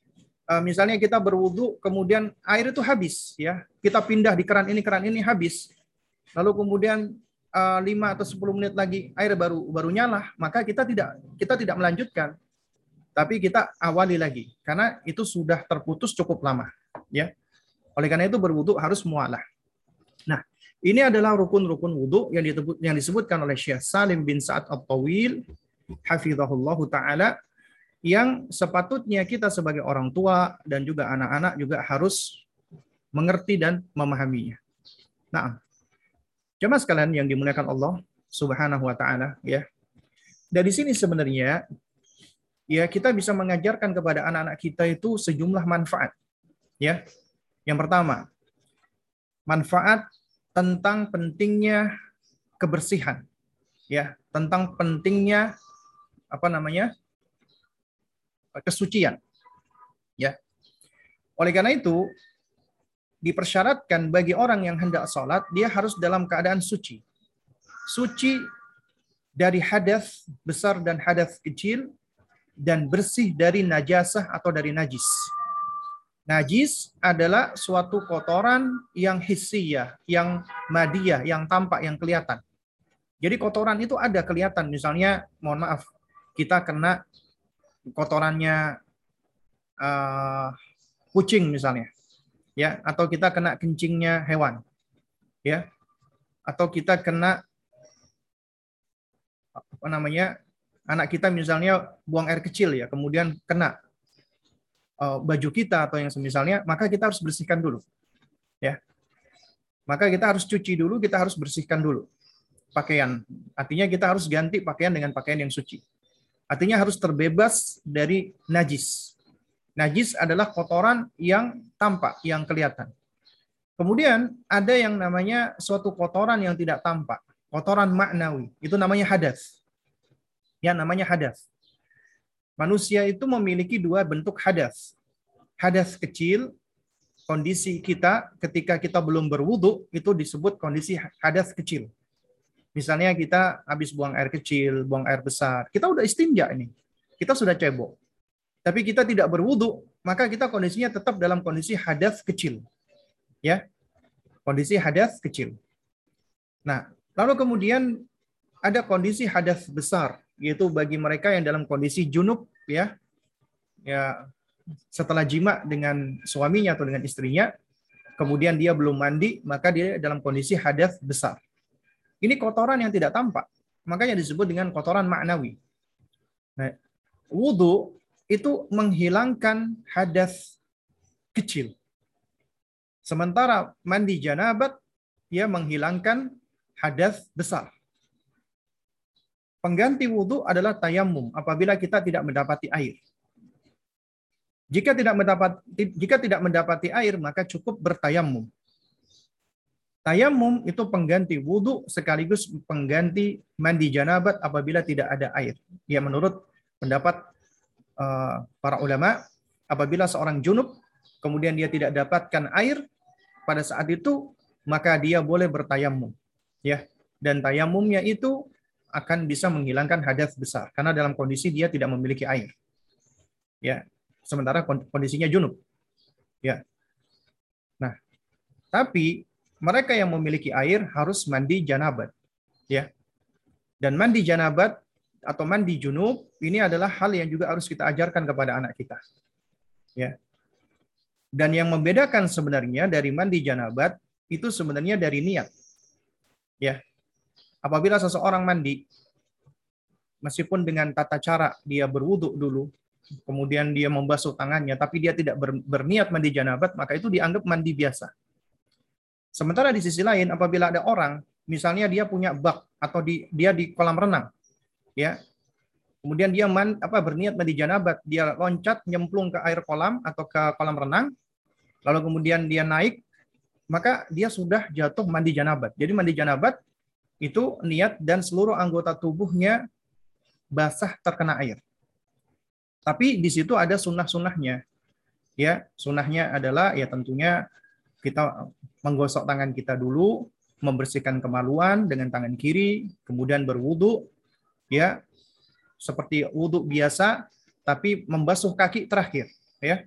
[SPEAKER 2] uh, misalnya kita berwudu, kemudian air itu habis, ya. Kita pindah di keran ini, keran ini habis. Lalu kemudian uh, lima atau sepuluh menit lagi air baru baru nyala, maka kita tidak kita tidak melanjutkan. Tapi kita awali lagi karena itu sudah terputus cukup lama, ya. Oleh karena itu berwudu harus mualah. Nah, ini adalah rukun-rukun wudu yang disebut yang disebutkan oleh Syekh Salim bin Sa'ad At-Tawil hafizahullahu taala, yang sepatutnya kita sebagai orang tua dan juga anak-anak juga harus mengerti dan memahaminya. Nah, jemaah sekalian yang dimuliakan Allah Subhanahu wa taala, ya. Dari sini sebenarnya ya kita bisa mengajarkan kepada anak-anak kita itu sejumlah manfaat. Ya. Yang pertama, manfaat tentang pentingnya kebersihan. Ya, tentang pentingnya apa namanya? kesucian. Ya. Oleh karena itu, dipersyaratkan bagi orang yang hendak sholat, dia harus dalam keadaan suci. Suci dari hadas besar dan hadas kecil, dan bersih dari najasah atau dari najis. Najis adalah suatu kotoran yang hissiyah, yang madiyah, yang tampak, yang kelihatan. Jadi kotoran itu ada kelihatan. Misalnya, mohon maaf, kita kena kotorannya uh, kucing misalnya, ya, atau kita kena kencingnya hewan, ya, atau kita kena apa namanya anak kita misalnya buang air kecil, ya, kemudian kena uh, baju kita atau yang semisalnya, maka kita harus bersihkan dulu, ya. Maka kita harus cuci dulu, kita harus bersihkan dulu pakaian. Artinya kita harus ganti pakaian dengan pakaian yang suci. Artinya harus terbebas dari najis. Najis adalah kotoran yang tampak, yang kelihatan. Kemudian ada yang namanya suatu kotoran yang tidak tampak, kotoran maknawi. Itu namanya hadas. Ya, namanya hadas. Manusia itu memiliki dua bentuk hadas. Hadas kecil, kondisi kita ketika kita belum berwudu, itu disebut kondisi hadas kecil. Misalnya kita habis buang air kecil, buang air besar, kita udah istinja ini, kita sudah cebok. Tapi kita tidak berwudu, maka kita kondisinya tetap dalam kondisi hadas kecil. Ya, kondisi hadas kecil. Nah, lalu kemudian ada kondisi hadas besar, yaitu bagi mereka yang dalam kondisi junub, ya, ya setelah jima dengan suaminya atau dengan istrinya, kemudian dia belum mandi, maka dia dalam kondisi hadas besar. Ini kotoran yang tidak tampak, makanya disebut dengan kotoran maknawi. Nah, wudu itu menghilangkan hadas kecil. Sementara mandi janabat, dia menghilangkan hadas besar. Pengganti wudu adalah tayamum apabila kita tidak mendapati air. Jika tidak mendapat, jika tidak mendapati air, maka cukup bertayamum. Tayamum itu pengganti wudu sekaligus pengganti mandi janabat apabila tidak ada air. Ya, menurut pendapat uh, para ulama, apabila seorang junub kemudian dia tidak dapatkan air pada saat itu, maka dia boleh bertayamum. Ya, dan tayamumnya itu akan bisa menghilangkan hadas besar karena dalam kondisi dia tidak memiliki air. Ya, sementara kondisinya junub. Ya. Nah, tapi mereka yang memiliki air harus mandi janabat, ya. Dan mandi janabat atau mandi junub ini adalah hal yang juga harus kita ajarkan kepada anak kita, ya. Dan yang membedakan sebenarnya dari mandi janabat itu sebenarnya dari niat, ya. Apabila seseorang mandi, meskipun dengan tata cara dia berwudu dulu, kemudian dia membasuh tangannya, tapi dia tidak berniat mandi janabat, maka itu dianggap mandi biasa. Sementara di sisi lain, apabila ada orang, misalnya dia punya bak atau di, dia di kolam renang, ya, kemudian dia man, apa berniat mandi janabat, dia loncat nyemplung ke air kolam atau ke kolam renang, lalu kemudian dia naik, maka dia sudah jatuh mandi janabat. Jadi mandi janabat itu niat dan seluruh anggota tubuhnya basah terkena air. Tapi di situ ada sunnah-sunnahnya, ya, sunnahnya adalah ya tentunya kita menggosok tangan kita dulu, membersihkan kemaluan dengan tangan kiri, kemudian berwudu, ya, seperti wudu biasa, tapi membasuh kaki terakhir, ya,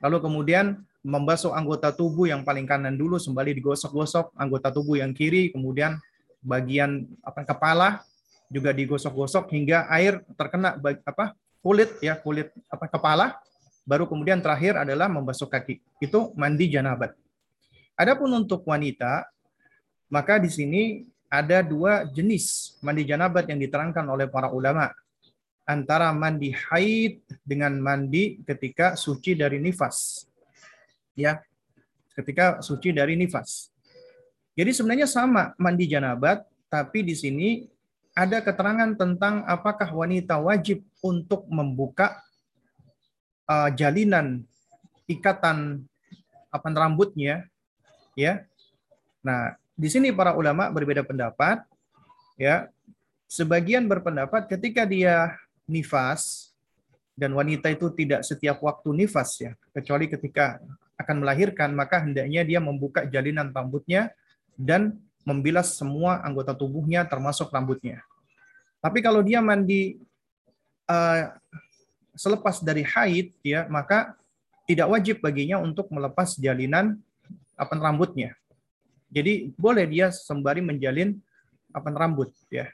[SPEAKER 2] Lalu kemudian membasuh anggota tubuh yang paling kanan dulu, sembari digosok-gosok anggota tubuh yang kiri, kemudian bagian apa kepala juga digosok-gosok hingga air terkena apa kulit ya kulit apa kepala. Baru kemudian terakhir adalah membasuh kaki. Itu mandi janabat. Adapun untuk wanita, maka di sini ada dua jenis mandi janabat yang diterangkan oleh para ulama. Antara mandi haid dengan mandi ketika suci dari nifas. Ya, ketika suci dari nifas. Jadi sebenarnya sama mandi janabat, tapi di sini ada keterangan tentang apakah wanita wajib untuk membuka Uh, jalinan ikatan apa rambutnya ya. Nah, di sini para ulama berbeda pendapat ya. Sebagian berpendapat ketika dia nifas, dan wanita itu tidak setiap waktu nifas ya, kecuali ketika akan melahirkan, maka hendaknya dia membuka jalinan rambutnya dan membilas semua anggota tubuhnya termasuk rambutnya. Tapi kalau dia mandi uh, selepas dari haid ya, maka tidak wajib baginya untuk melepas jalinan apa rambutnya. Jadi boleh dia sembari menjalin apa rambut ya.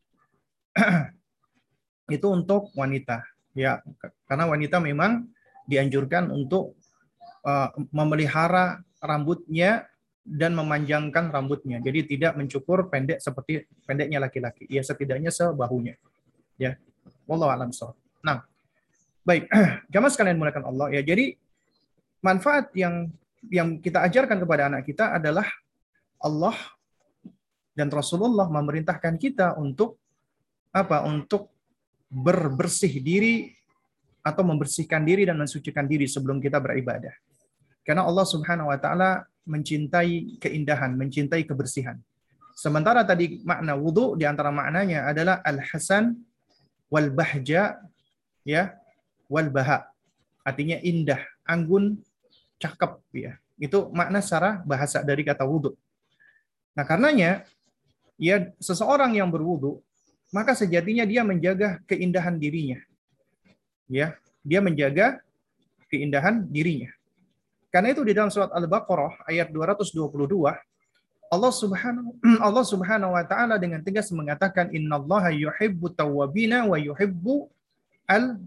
[SPEAKER 2] Itu untuk wanita ya, karena wanita memang dianjurkan untuk uh, memelihara rambutnya dan memanjangkan rambutnya. Jadi tidak mencukur pendek seperti pendeknya laki-laki. Ya setidaknya sebahunya. Ya. Wallahu a'lam shawab. Nah, baik, jamaah sekalian dimuliakan Allah ya. Jadi manfaat yang yang kita ajarkan kepada anak kita adalah Allah dan Rasulullah memerintahkan kita untuk apa? Untuk berbersih diri atau membersihkan diri dan mensucikan diri sebelum kita beribadah. Karena Allah Subhanahu wa taala mencintai keindahan, mencintai kebersihan. Sementara tadi makna wudu di antara maknanya adalah al-hasan wal bahja ya. Wal baha, artinya indah, anggun, cakep ya. Itu makna secara bahasa dari kata wudhu. Nah, karenanya ya seseorang yang berwudhu, maka sejatinya dia menjaga keindahan dirinya. Ya, dia menjaga keindahan dirinya. Karena itu di dalam surat Al-Baqarah ayat dua ratus dua puluh dua, Allah Subhanahu Allah Subhanahu wa taala dengan tegas mengatakan innallaha yuhibbut tawwabina wa yuhibbu al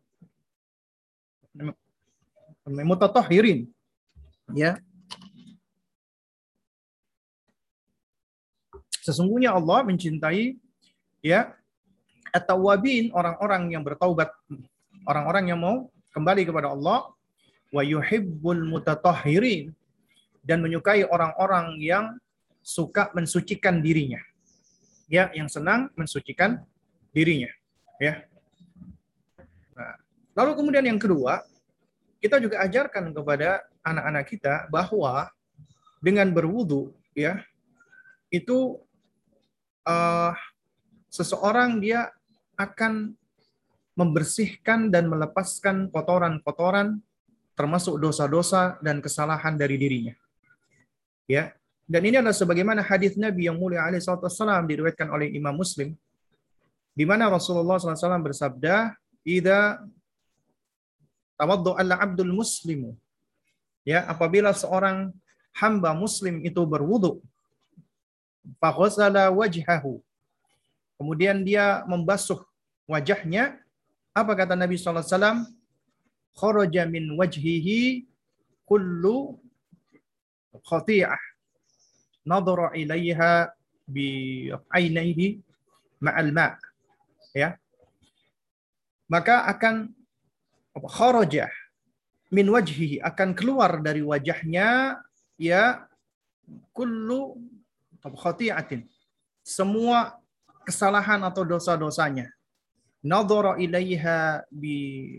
[SPEAKER 2] mutatahhirin ya. Sesungguhnya Allah mencintai ya at-tawwabin, orang-orang yang bertaubat, orang-orang yang mau kembali kepada Allah, wa yuhibbul mutatahhirin, dan menyukai orang-orang yang suka mensucikan dirinya. Ya, yang senang mensucikan dirinya, ya. Nah, lalu kemudian yang kedua, kita juga ajarkan kepada anak-anak kita bahwa dengan berwudu ya, itu uh, seseorang dia akan membersihkan dan melepaskan kotoran-kotoran termasuk dosa-dosa dan kesalahan dari dirinya. Ya. Dan ini adalah sebagaimana hadis Nabi yang mulia alaihi wasallam diriwayatkan oleh Imam Muslim, di mana Rasulullah shallallahu alaihi wasallam bersabda, "Idza tawaddu al-'abdul muslimu." Ya, apabila seorang hamba muslim itu berwudu, fa ghassala wajhahu, kemudian dia membasuh wajahnya, apa kata Nabi shallallahu alaihi wasallam? Kharaja min wajhihi kullu khati'ah nadhara ilaiha bi ainaihi ma'al ma'. Ya. Maka akan kharaja min wajhihi, akan keluar dari wajahnya ya kullu khati'atin, semua kesalahan atau dosa-dosanya. Nadhara ilaiha bi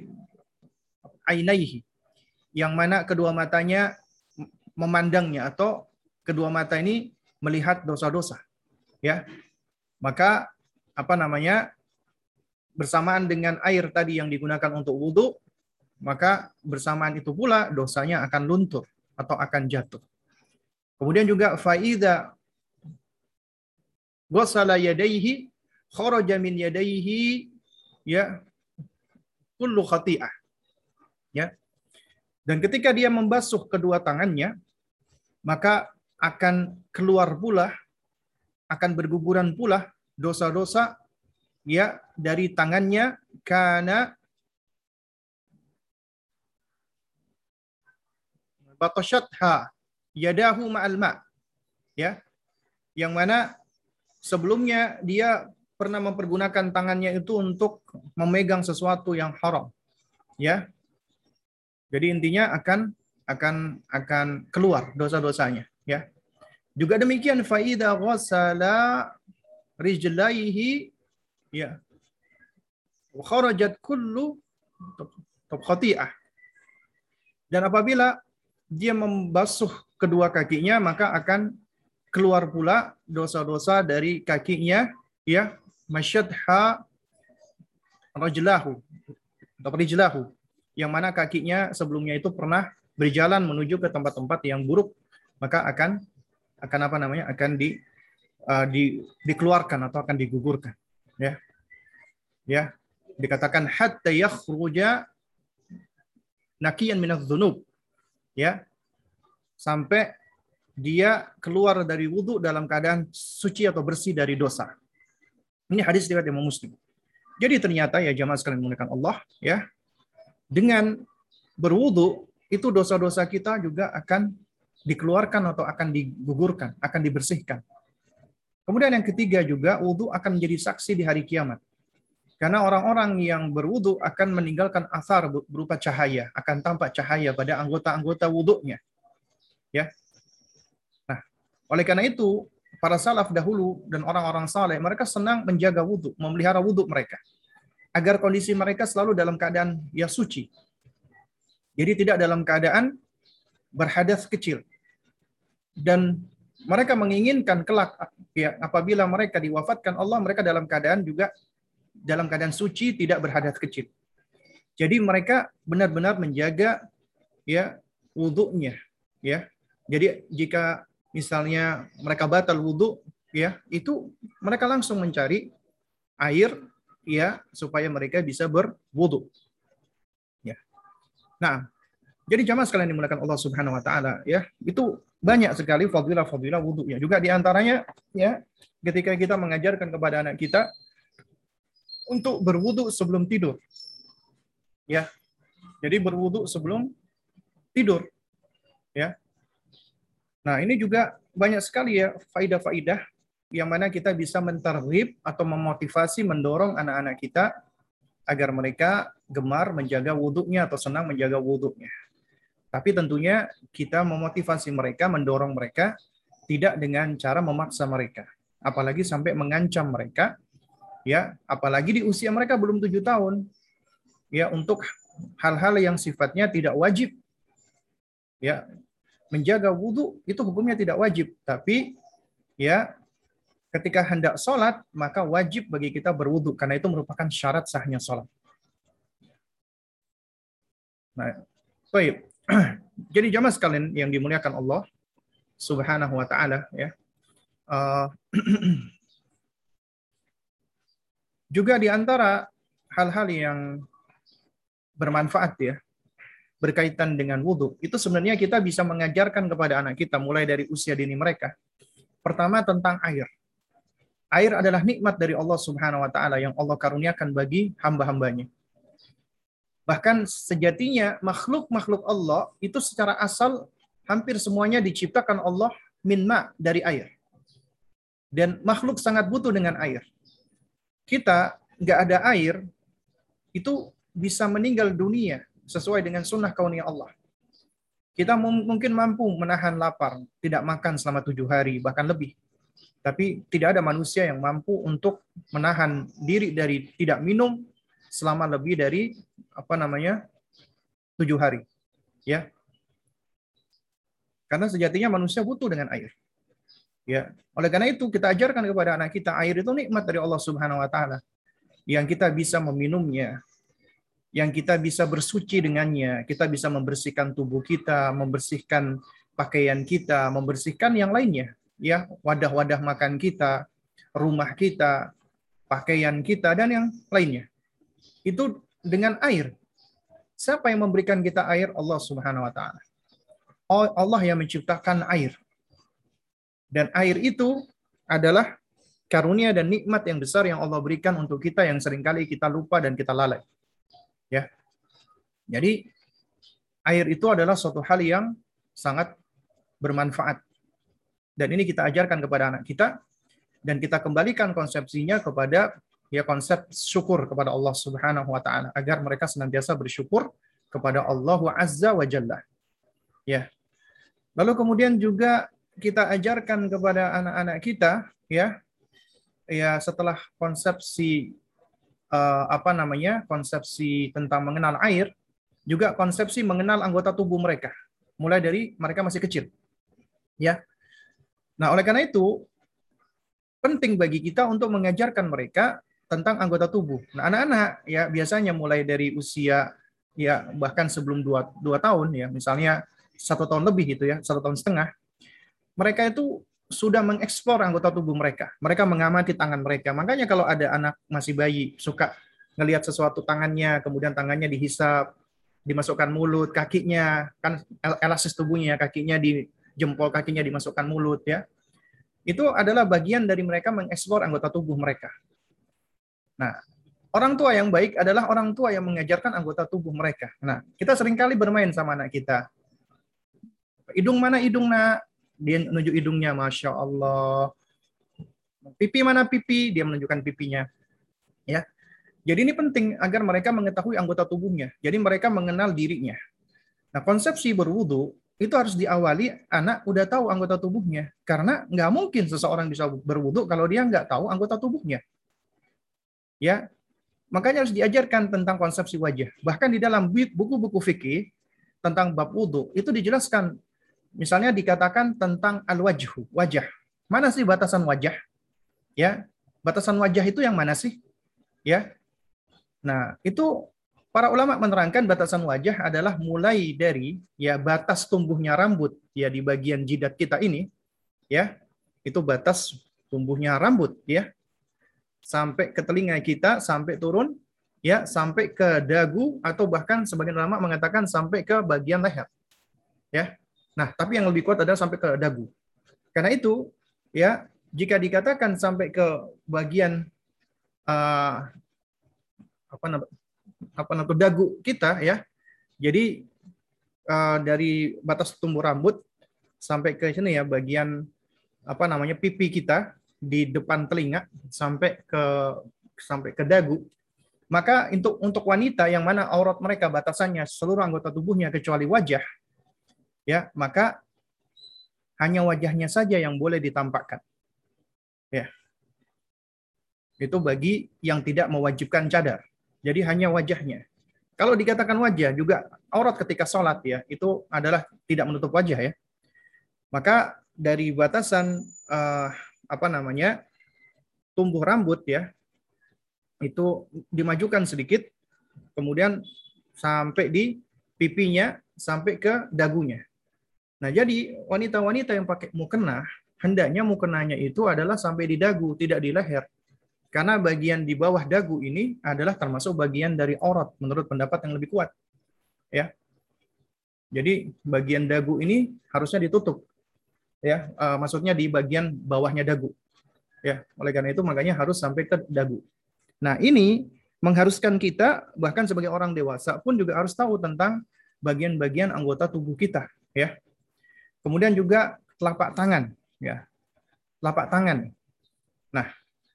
[SPEAKER 2] ainaihi, yang mana kedua matanya memandangnya atau kedua mata ini melihat dosa-dosa. Ya. Maka apa namanya? Bersamaan dengan air tadi yang digunakan untuk wudu, maka bersamaan itu pula dosanya akan luntur atau akan jatuh. Kemudian juga faida ghassala yadayhi kharaja min yadayhi ya kullu khati'ah. Ya. Dan ketika dia membasuh kedua tangannya, maka akan keluar pula, akan berguguran pula dosa-dosa ya dari tangannya, karena batashatha yadahu ma'al ma, ya, yang mana sebelumnya dia pernah mempergunakan tangannya itu untuk memegang sesuatu yang haram, ya. Jadi intinya akan akan akan keluar dosa-dosanya, ya. Juga demikian faida ghassala rijlaihi, ya, wa kharajat kullu khati'ah. Dan apabila dia membasuh kedua kakinya, maka akan keluar pula dosa-dosa dari kakinya, ya, masyadha rajlahu atau rijlahu, yang mana kakinya sebelumnya itu pernah berjalan menuju ke tempat-tempat yang buruk, maka akan akan apa namanya akan di, uh, di dikeluarkan atau akan digugurkan, ya, ya, dikatakan hatta yakhruja naqiyan minadz dzunub, ya, sampai dia keluar dari wudhu dalam keadaan suci atau bersih dari dosa. Ini hadis riwayat Imam Muslim. Jadi ternyata ya jamaah sekalian dimuliakan Allah, ya, dengan berwudhu itu dosa-dosa kita juga akan dikeluarkan atau akan digugurkan, akan dibersihkan. Kemudian yang ketiga juga, wudhu akan menjadi saksi di hari kiamat. Karena orang-orang yang berwudhu akan meninggalkan athar berupa cahaya, akan tampak cahaya pada anggota-anggota wudhunya. Ya. Nah, oleh karena itu, para salaf dahulu dan orang-orang saleh, mereka senang menjaga wudhu, memelihara wudhu mereka, agar kondisi mereka selalu dalam keadaan ya suci. Jadi tidak dalam keadaan berhadas kecil. Dan mereka menginginkan kelak ya, apabila mereka diwafatkan Allah, mereka dalam keadaan juga dalam keadaan suci, tidak berhadas kecil. Jadi mereka benar-benar menjaga ya wudhunya, ya. Jadi jika misalnya mereka batal wudhu, ya, itu mereka langsung mencari air, ya, supaya mereka bisa berwudhu. Ya. Nah, jadi jamaah sekalian dimuliakan Allah Subhanahu wa taala, ya, itu banyak sekali fadilah-fadilah wudhu, ya. Juga diantaranya, ya, ketika kita mengajarkan kepada anak kita untuk berwudhu sebelum tidur, ya. Jadi berwudhu sebelum tidur, ya. Nah, ini juga banyak sekali ya faidah-faidah yang mana kita bisa mentarghib atau memotivasi, mendorong anak-anak kita agar mereka gemar menjaga wudhunya atau senang menjaga wudhunya. Tapi tentunya kita memotivasi mereka, mendorong mereka tidak dengan cara memaksa mereka, apalagi sampai mengancam mereka, ya, apalagi di usia mereka belum tujuh tahun, ya, untuk hal-hal yang sifatnya tidak wajib, ya. Menjaga wudhu itu hukumnya tidak wajib, tapi ya ketika hendak sholat maka wajib bagi kita berwudhu karena itu merupakan syarat sahnya sholat. Nah, baik. Jadi jamaah sekalian yang dimuliakan Allah Subhanahu wa taala, ya. Uh, juga di antara hal-hal yang bermanfaat, ya, berkaitan dengan wudhu, itu sebenarnya kita bisa mengajarkan kepada anak kita mulai dari usia dini mereka. Pertama tentang air. Air adalah nikmat dari Allah Subhanahu wa taala yang Allah karuniakan bagi hamba-hambanya. Bahkan sejatinya makhluk-makhluk Allah itu secara asal hampir semuanya diciptakan Allah min ma, dari air. Dan makhluk sangat butuh dengan air. Kita nggak ada air, itu bisa meninggal dunia sesuai dengan sunnah kauniyah Allah. Kita mungkin mampu menahan lapar, tidak makan selama tujuh hari, bahkan lebih. Tapi tidak ada manusia yang mampu untuk menahan diri dari tidak minum selama lebih dari apa namanya tujuh hari, ya. Karena sejatinya manusia butuh dengan air, ya. Oleh karena itu kita ajarkan kepada anak kita air itu nikmat dari Allah Subhanahu wa taala yang kita bisa meminumnya, yang kita bisa bersuci dengannya, kita bisa membersihkan tubuh kita, membersihkan pakaian kita, membersihkan yang lainnya, ya, wadah-wadah makan kita, rumah kita, pakaian kita dan yang lainnya. Itu dengan air. Siapa yang memberikan kita air? Allah Subhanahu wa taala. Allah yang menciptakan air. Dan air itu adalah karunia dan nikmat yang besar yang Allah berikan untuk kita yang seringkali kita lupa dan kita lalai. Ya. Jadi air itu adalah suatu hal yang sangat bermanfaat. Dan ini kita ajarkan kepada anak kita dan kita kembalikan konsepsinya kepada ya konsep syukur kepada Allah Subhanahu wa taala agar mereka senantiasa bersyukur kepada Allah Azza wa Jalla. Ya. Lalu kemudian juga kita ajarkan kepada anak-anak kita ya ya setelah konsepsi uh, apa namanya? konsepsi tentang mengenal air, juga konsepsi mengenal anggota tubuh mereka mulai dari mereka masih kecil. Ya. Nah, oleh karena itu penting bagi kita untuk mengajarkan mereka tentang anggota tubuh. Nah, anak-anak ya biasanya mulai dari usia ya bahkan sebelum dua, dua tahun ya, misalnya satu tahun lebih gitu ya, satu tahun setengah, mereka itu sudah mengeksplor anggota tubuh mereka. Mereka mengamati tangan mereka. Makanya kalau ada anak masih bayi suka ngelihat sesuatu tangannya, kemudian tangannya dihisap, dimasukkan mulut, kakinya kan elastis tubuhnya, kakinya di jempol kakinya dimasukkan mulut ya. Itu adalah bagian dari mereka mengeksplor anggota tubuh mereka. Nah, orang tua yang baik adalah orang tua yang mengajarkan anggota tubuh mereka. Nah, kita seringkali bermain sama anak kita. Hidung mana hidung, nak? Dia menunjuk hidungnya, Masya Allah. Pipi mana pipi? Dia menunjukkan pipinya. Ya. Jadi ini penting agar mereka mengetahui anggota tubuhnya. Jadi mereka mengenal dirinya. Nah, konsepsi berwudu itu harus diawali anak udah tahu anggota tubuhnya. Karena nggak mungkin seseorang bisa berwudu kalau dia nggak tahu anggota tubuhnya. Ya, makanya harus diajarkan tentang konsepsi wajah. Bahkan di dalam buku-buku fikih tentang bab wudu itu dijelaskan. Misalnya dikatakan tentang al-wajhu, wajah. Mana sih batasan wajah? Ya, batasan wajah itu yang mana sih? Ya. Nah, itu para ulama menerangkan batasan wajah adalah mulai dari ya batas tumbuhnya rambut ya di bagian jidat kita ini, ya. Itu batas tumbuhnya rambut, ya. Sampai ke telinga kita, sampai turun, ya, sampai ke dagu, atau bahkan sebagian ulama mengatakan sampai ke bagian leher. Ya. Nah, tapi yang lebih kuat adalah sampai ke dagu. Karena itu, ya, jika dikatakan sampai ke bagian uh, apa namanya, apa namanya dagu kita, ya, jadi uh, dari batas tumbuh rambut sampai ke sini ya, bagian apa namanya pipi kita di depan telinga sampai ke sampai ke dagu. Maka untuk untuk wanita yang mana aurat mereka batasannya seluruh anggota tubuhnya kecuali wajah, ya, maka hanya wajahnya saja yang boleh ditampakkan. Ya. Itu bagi yang tidak mewajibkan cadar. Jadi hanya wajahnya. Kalau dikatakan wajah juga aurat ketika sholat, ya, itu adalah tidak menutup wajah, ya. Maka dari batasan uh, apa namanya tumbuh rambut, ya, itu dimajukan sedikit, kemudian sampai di pipinya, sampai ke dagunya. Nah, jadi wanita-wanita yang pakai mukena, hendaknya mukenanya itu adalah sampai di dagu, tidak di leher. Karena bagian di bawah dagu ini adalah termasuk bagian dari aurat menurut pendapat yang lebih kuat. Ya. Jadi bagian dagu ini harusnya ditutup. Ya, uh, maksudnya di bagian bawahnya dagu. Ya, oleh karena itu makanya harus sampai ke dagu. Nah, ini mengharuskan kita bahkan sebagai orang dewasa pun juga harus tahu tentang bagian-bagian anggota tubuh kita, ya. Kemudian juga telapak tangan, ya. Telapak tangan. Nah,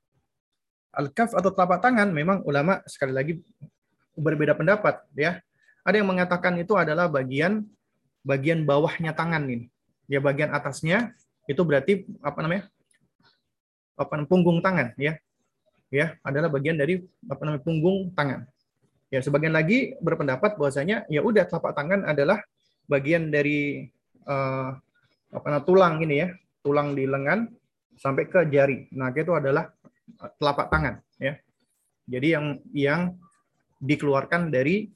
[SPEAKER 2] al-kaf atau telapak tangan memang ulama sekali lagi berbeda pendapat, ya. Ada yang mengatakan itu adalah bagian bagian bawahnya tangan ini. Ya, bagian atasnya itu berarti apa namanya? Apa punggung tangan, ya. Ya, adalah bagian dari apa namanya punggung tangan. Ya, sebagian lagi berpendapat bahwasanya ya udah telapak tangan adalah bagian dari uh, apa namanya tulang ini, ya, tulang di lengan sampai ke jari. Nah, itu adalah telapak tangan, ya. Jadi yang yang dikeluarkan dari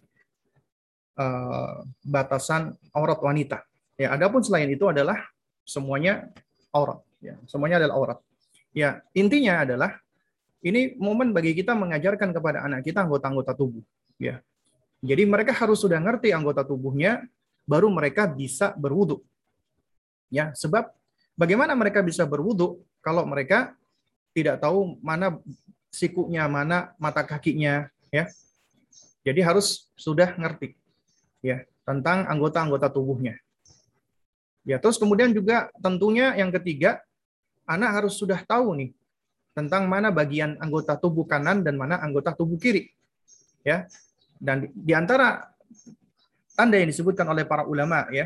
[SPEAKER 2] uh, batasan aurat wanita. Ya, adapun selain itu adalah semuanya aurat, ya. Semuanya adalah aurat. Ya, intinya adalah ini momen bagi kita mengajarkan kepada anak kita anggota-anggota tubuh, ya. Jadi mereka harus sudah ngerti anggota tubuhnya, baru mereka bisa berwudu. Ya, sebab bagaimana mereka bisa berwudu kalau mereka tidak tahu mana sikunya, mana mata kakinya, ya. Jadi harus sudah ngerti, ya, tentang anggota-anggota tubuhnya. Ya, terus kemudian juga tentunya yang ketiga, anak harus sudah tahu nih tentang mana bagian anggota tubuh kanan dan mana anggota tubuh kiri. Ya. Dan di antara tanda yang disebutkan oleh para ulama, ya,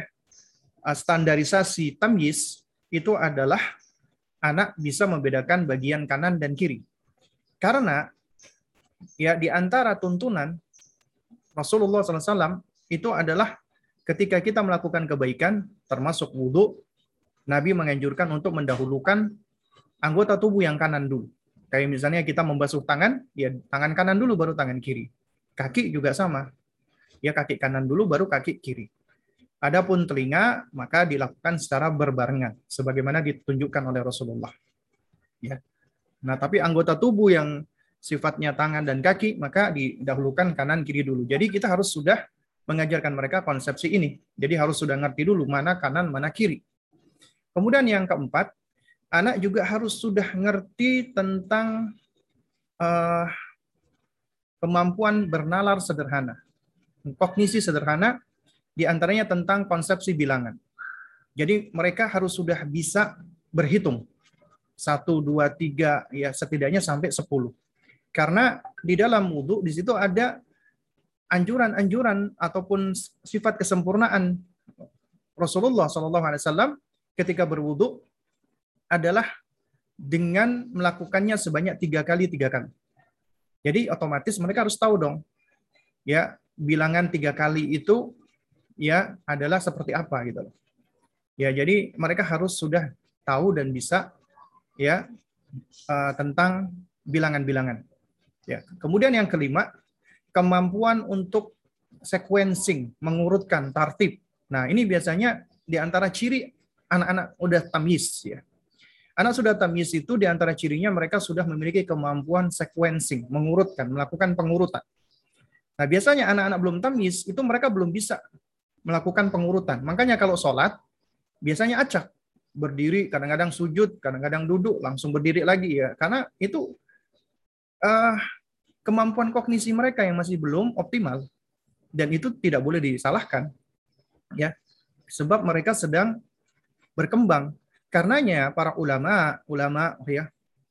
[SPEAKER 2] standarisasi tamyiz itu adalah anak bisa membedakan bagian kanan dan kiri. Karena ya di antara tuntunan Rasulullah shallallahu alaihi wasallam itu adalah ketika kita melakukan kebaikan, termasuk wudhu, Nabi menganjurkan untuk mendahulukan anggota tubuh yang kanan dulu. Kayak misalnya kita membasuh tangan, ya tangan kanan dulu baru tangan kiri. Kaki juga sama. Ya kaki kanan dulu baru kaki kiri. Adapun telinga, maka dilakukan secara berbarengan, sebagaimana ditunjukkan oleh Rasulullah. Ya. Nah, tapi anggota tubuh yang sifatnya tangan dan kaki, maka didahulukan kanan kiri dulu. Jadi kita harus sudah mengajarkan mereka konsepsi ini. Jadi harus sudah ngerti dulu mana kanan, mana kiri. Kemudian yang keempat, anak juga harus sudah ngerti tentang uh, kemampuan bernalar sederhana. Kognisi sederhana, diantaranya tentang konsepsi bilangan. Jadi mereka harus sudah bisa berhitung. Satu, dua, tiga, ya setidaknya sampai sepuluh. Karena di dalam wudhu, di situ ada anjuran-anjuran ataupun sifat kesempurnaan Rasulullah shallallahu alaihi wasallam ketika berwudu adalah dengan melakukannya sebanyak tiga kali tiga kali. Jadi otomatis mereka harus tahu dong, ya bilangan tiga kali itu ya adalah seperti apa gitu. Ya jadi mereka harus sudah tahu dan bisa ya uh, tentang bilangan-bilangan. Ya kemudian yang kelima, kemampuan untuk sequencing, mengurutkan, tartib. Nah, ini biasanya di antara ciri anak-anak udah tamyiz ya. Anak sudah tamyiz itu di antara cirinya mereka sudah memiliki kemampuan sequencing, mengurutkan, melakukan pengurutan. Nah, biasanya anak-anak belum tamyiz itu mereka belum bisa melakukan pengurutan. Makanya kalau sholat biasanya acak, berdiri, kadang-kadang sujud, kadang-kadang duduk, langsung berdiri lagi ya. Karena itu uh, kemampuan kognisi mereka yang masih belum optimal, dan itu tidak boleh disalahkan ya, sebab mereka sedang berkembang. Karenanya para ulama ulama ya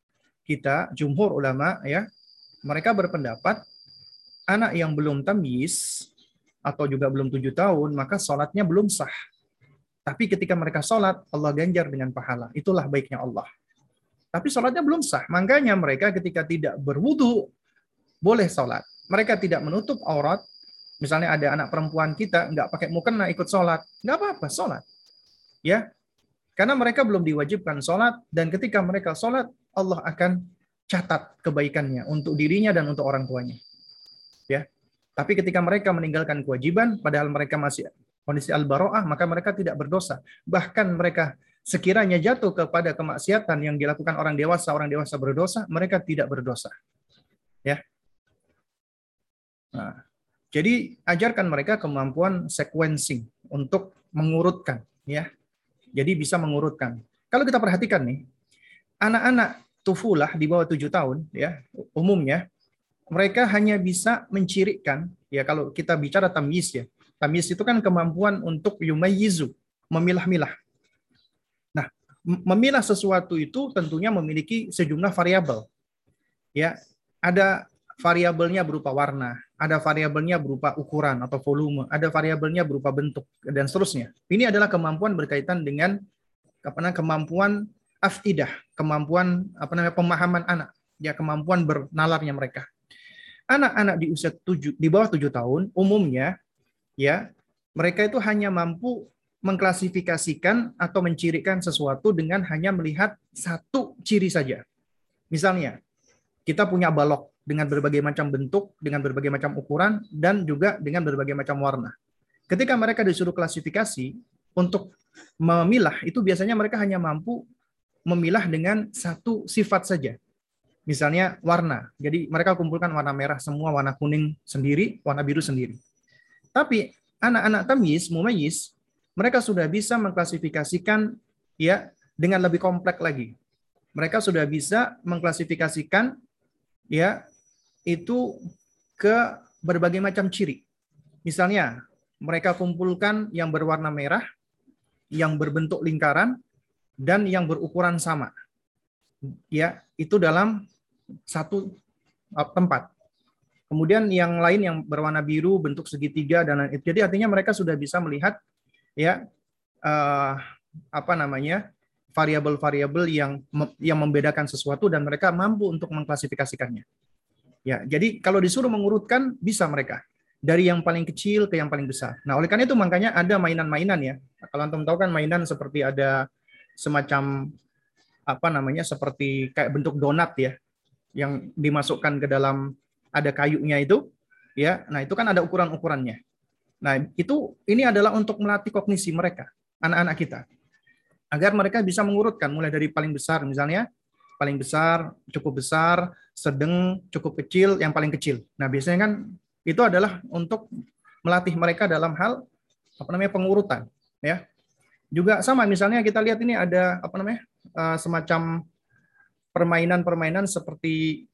[SPEAKER 2] kita, jumhur ulama ya, mereka berpendapat anak yang belum tamyiz atau juga belum tujuh tahun maka sholatnya belum sah. Tapi ketika mereka sholat, Allah ganjar dengan pahala. Itulah baiknya Allah. Tapi sholatnya belum sah, makanya mereka ketika tidak berwudu boleh sholat. Mereka tidak menutup aurat. Misalnya ada anak perempuan kita nggak pakai mukena ikut sholat, nggak apa-apa sholat, ya, karena mereka belum diwajibkan sholat, dan ketika mereka sholat Allah akan catat kebaikannya untuk dirinya dan untuk orang tuanya, ya. Tapi ketika mereka meninggalkan kewajiban, padahal mereka masih kondisi al-baro'ah, maka mereka tidak berdosa. Bahkan mereka sekiranya jatuh kepada kemaksiatan yang dilakukan orang dewasa, orang dewasa berdosa, mereka tidak berdosa, ya. Nah, jadi ajarkan mereka kemampuan sequencing untuk mengurutkan, ya. Jadi bisa mengurutkan. Kalau kita perhatikan nih, anak-anak tufulah di bawah tujuh tahun, ya, umumnya mereka hanya bisa mencirikan, ya kalau kita bicara tamyiz ya. Tamyiz itu kan kemampuan untuk yumayyizu, memilah-milah. Nah, memilah sesuatu itu tentunya memiliki sejumlah variabel. Ya, ada variabelnya berupa warna, ada variabelnya berupa ukuran atau volume, ada variabelnya berupa bentuk, dan seterusnya. Ini adalah kemampuan berkaitan dengan apa namanya, kemampuan afidah, kemampuan apa namanya pemahaman anak, ya kemampuan bernalarnya mereka. Anak-anak di usia tujuh, di bawah tujuh tahun, umumnya, ya mereka itu hanya mampu mengklasifikasikan atau mencirikan sesuatu dengan hanya melihat satu ciri saja. Misalnya, kita punya balok dengan berbagai macam bentuk, dengan berbagai macam ukuran, dan juga dengan berbagai macam warna. Ketika mereka disuruh klasifikasi untuk memilah, itu biasanya mereka hanya mampu memilah dengan satu sifat saja. Misalnya warna. Jadi mereka kumpulkan warna merah semua, warna kuning sendiri, warna biru sendiri. Tapi anak-anak tamyiz, mumayyiz, mereka sudah bisa mengklasifikasikan ya dengan lebih kompleks lagi. Mereka sudah bisa mengklasifikasikan ya itu ke berbagai macam ciri. Misalnya, mereka kumpulkan yang berwarna merah, yang berbentuk lingkaran, dan yang berukuran sama. Ya, itu dalam satu tempat. Kemudian yang lain yang berwarna biru, bentuk segitiga dan lain. Jadi artinya mereka sudah bisa melihat ya uh, apa namanya? variabel-variabel yang yang membedakan sesuatu dan mereka mampu untuk mengklasifikasikannya. Ya, jadi kalau disuruh mengurutkan bisa mereka dari yang paling kecil ke yang paling besar. Nah, oleh karena itu makanya ada mainan-mainan ya. Kalau antum tahu kan mainan seperti ada semacam apa namanya seperti kayak bentuk donat ya yang dimasukkan ke dalam ada kayunya itu ya. Nah, itu kan ada ukuran-ukurannya. Nah, itu ini adalah untuk melatih kognisi mereka, anak-anak kita. Agar mereka bisa mengurutkan mulai dari paling besar misalnya, paling besar, cukup besar, sedang, cukup kecil, yang paling kecil. Nah, biasanya kan itu adalah untuk melatih mereka dalam hal apa namanya pengurutan, ya. Juga sama misalnya kita lihat ini ada apa namanya uh, semacam permainan-permainan seperti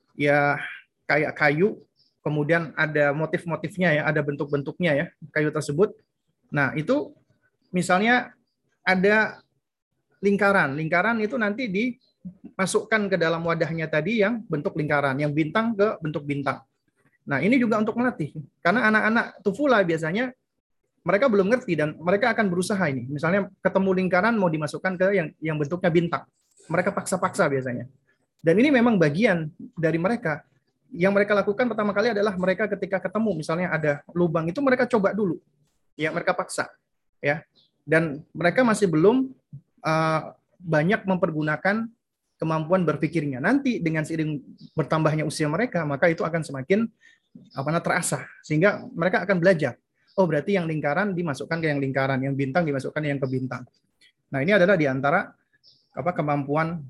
[SPEAKER 2] ya kayak kayu, kemudian ada motif-motifnya ya, ada bentuk-bentuknya ya kayu tersebut. Nah, itu misalnya ada lingkaran. Lingkaran itu nanti dimasukkan ke dalam wadahnya tadi yang bentuk lingkaran, yang bintang ke bentuk bintang. Nah, ini juga untuk melatih. Karena anak-anak tufula biasanya mereka belum ngerti dan mereka akan berusaha ini. Misalnya ketemu lingkaran mau dimasukkan ke yang yang bentuknya bintang. Mereka paksa-paksa biasanya. Dan ini memang bagian dari mereka. Yang mereka lakukan pertama kali adalah mereka ketika ketemu misalnya ada lubang itu mereka coba dulu. Ya, mereka paksa. Ya. Dan mereka masih belum uh, banyak mempergunakan kemampuan berpikirnya. Nanti dengan seiring bertambahnya usia mereka, maka itu akan semakin apa namanya terasa. Sehingga mereka akan belajar. Oh, berarti yang lingkaran dimasukkan ke yang lingkaran, yang bintang dimasukkan ke yang ke bintang. Nah, ini adalah di antara apa kemampuan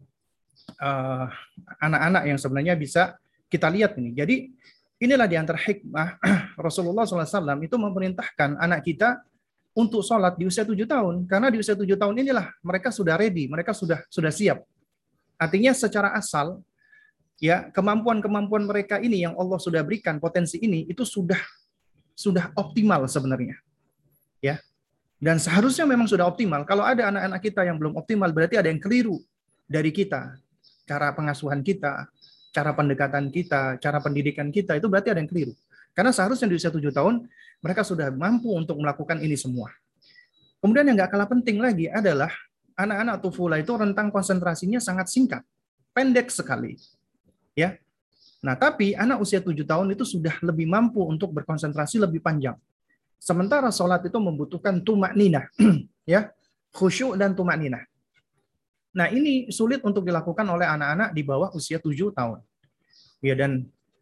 [SPEAKER 2] uh, anak-anak yang sebenarnya bisa kita lihat ini. Jadi inilah di antara hikmah Rasulullah shallallahu alaihi wasallam itu memerintahkan anak kita untuk sholat di usia tujuh tahun. Karena di usia tujuh tahun inilah mereka sudah ready, mereka sudah sudah siap. Artinya secara asal, ya kemampuan-kemampuan mereka ini yang Allah sudah berikan, potensi ini, itu sudah sudah optimal sebenarnya. Ya. Dan seharusnya memang sudah optimal. Kalau ada anak-anak kita yang belum optimal, berarti ada yang keliru dari kita. Cara pengasuhan kita, cara pendekatan kita, cara pendidikan kita, itu berarti ada yang keliru. Karena seharusnya di usia tujuh tahun, mereka sudah mampu untuk melakukan ini semua. Kemudian yang nggak kalah penting lagi adalah anak-anak tufula itu rentang konsentrasinya sangat singkat, pendek sekali. Ya. Nah, tapi anak usia tujuh tahun itu sudah lebih mampu untuk berkonsentrasi lebih panjang. Sementara sholat itu membutuhkan tumakninah, ya, khusyuk dan tumakninah. Nah, ini sulit untuk dilakukan oleh anak-anak di bawah usia tujuh tahun. Ya, dan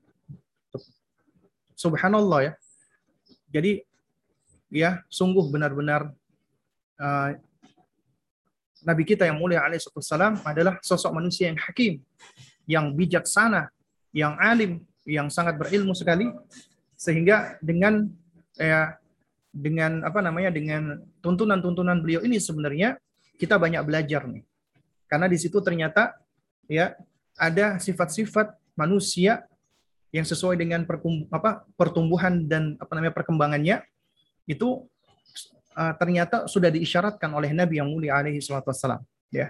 [SPEAKER 2] subhanallah ya. Jadi ya sungguh benar-benar uh, Nabi kita yang mulia alaihi wasallam adalah sosok manusia yang hakim, yang bijaksana, yang alim, yang sangat berilmu sekali, sehingga dengan ya dengan apa namanya dengan tuntunan-tuntunan beliau ini sebenarnya kita banyak belajar nih. Karena di situ ternyata ya ada sifat-sifat manusia yang sesuai dengan perkum, apa, pertumbuhan dan apa namanya perkembangannya itu uh, ternyata sudah diisyaratkan oleh Nabi yang mulia alaihi salatu wassalam, ya.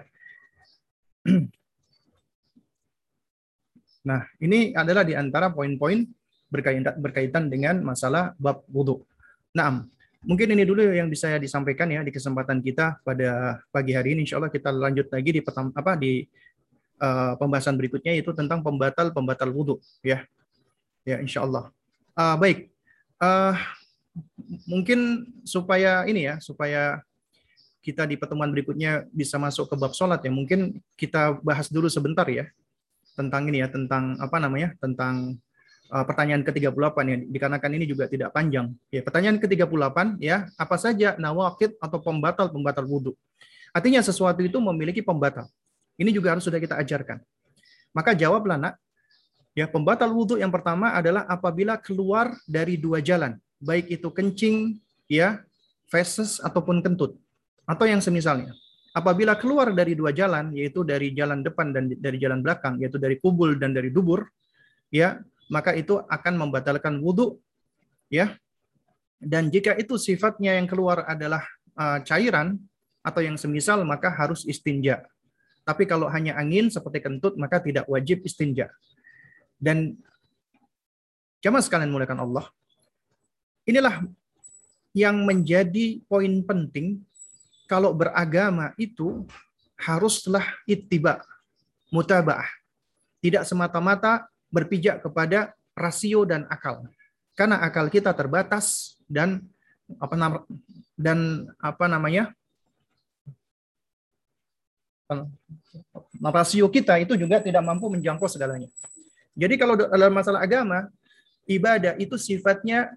[SPEAKER 2] Nah, ini adalah di antara poin-poin berkaitan berkaitan dengan masalah bab wudu. Nah, mungkin ini dulu yang bisa disampaikan ya di kesempatan kita pada pagi hari ini. Insya Allah kita lanjut lagi di petam, apa di uh, pembahasan berikutnya, yaitu tentang pembatal pembatal wudu, ya. Ya, insya Allah. Uh, baik, uh, mungkin supaya ini ya, supaya kita di pertemuan berikutnya bisa masuk ke bab sholat ya, mungkin kita bahas dulu sebentar ya tentang ini ya, tentang apa namanya, tentang uh, pertanyaan ke tiga puluh delapan ya, dikarenakan ini juga tidak panjang. Ya, pertanyaan ke tiga puluh delapan ya, apa saja nawaqid atau pembatal-pembatal wudhu? Artinya sesuatu itu memiliki pembatal. Ini juga harus sudah kita ajarkan. Maka jawablah nak. Ya, pembatal wudhu yang pertama adalah apabila keluar dari dua jalan. baik itu kencing, ya, feses ataupun kentut atau yang semisalnya. Apabila keluar dari dua jalan, yaitu dari jalan depan dan dari jalan belakang, yaitu dari kubul dan dari dubur, ya, maka itu akan membatalkan wudhu, ya. Dan jika itu sifatnya yang keluar adalah uh, cairan atau yang semisal, maka harus istinja. Tapi kalau hanya angin seperti kentut, maka tidak wajib istinja. Dan jamaah sekalian muliakan Allah, inilah yang menjadi poin penting. Kalau beragama itu haruslah ittiba, mutaba'ah. Tidak semata-mata berpijak kepada rasio dan akal. Karena akal kita terbatas dan apa nam- dan apa namanya? rasio kita itu juga tidak mampu menjangkau segalanya. Jadi kalau dalam masalah agama, ibadah itu sifatnya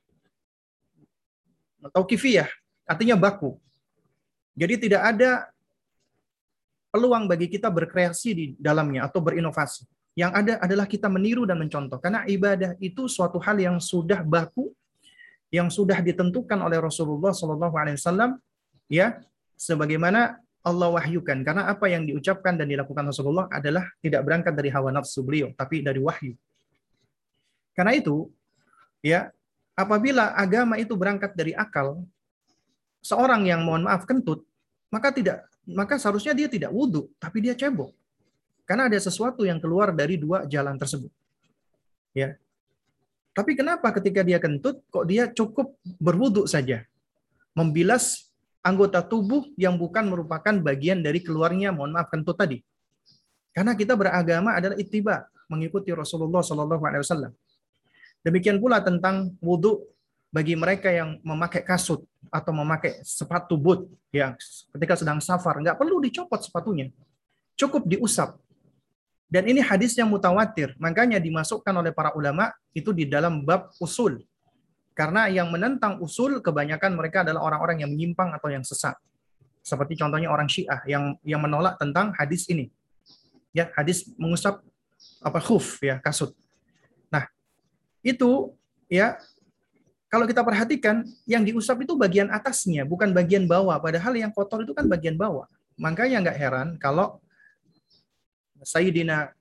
[SPEAKER 2] tauqifiyah, artinya baku. Jadi tidak ada peluang bagi kita berkreasi di dalamnya atau berinovasi. Yang ada adalah kita meniru dan mencontoh. Karena ibadah itu suatu hal yang sudah baku, yang sudah ditentukan oleh Rasulullah shallallahu alaihi wasallam, ya, sebagaimana Allah wahyukan. Karena apa yang diucapkan dan dilakukan Rasulullah adalah tidak berangkat dari hawa nafsu beliau, tapi dari wahyu. Karena itu, ya, apabila agama itu berangkat dari akal, seorang yang mohon maaf kentut, maka tidak, maka seharusnya dia tidak wudhu, tapi dia cebok. Karena ada sesuatu yang keluar dari dua jalan tersebut. Ya. Tapi kenapa ketika dia kentut, kok dia cukup berwudhu saja? Membilas anggota tubuh yang bukan merupakan bagian dari keluarnya, mohon maaf, kentut tadi. Karena kita beragama adalah ittiba, mengikuti Rasulullah shallallahu alaihi wasallam. Demikian pula tentang wudhu bagi mereka yang memakai kasut atau memakai sepatu boot, ya, ketika sedang safar, nggak perlu dicopot sepatunya, cukup diusap. Dan ini hadis yang mutawatir, makanya dimasukkan oleh para ulama itu di dalam bab usul. Karena yang menentang usul kebanyakan mereka adalah orang-orang yang menyimpang atau yang sesat. Seperti contohnya orang Syiah yang yang menolak tentang hadis ini. Ya, hadis mengusap apa khuf, ya, kasut. Nah, itu, ya, kalau kita perhatikan yang diusap itu bagian atasnya, bukan bagian bawah. Padahal yang kotor itu kan bagian bawah. Makanya nggak heran kalau Sayyidina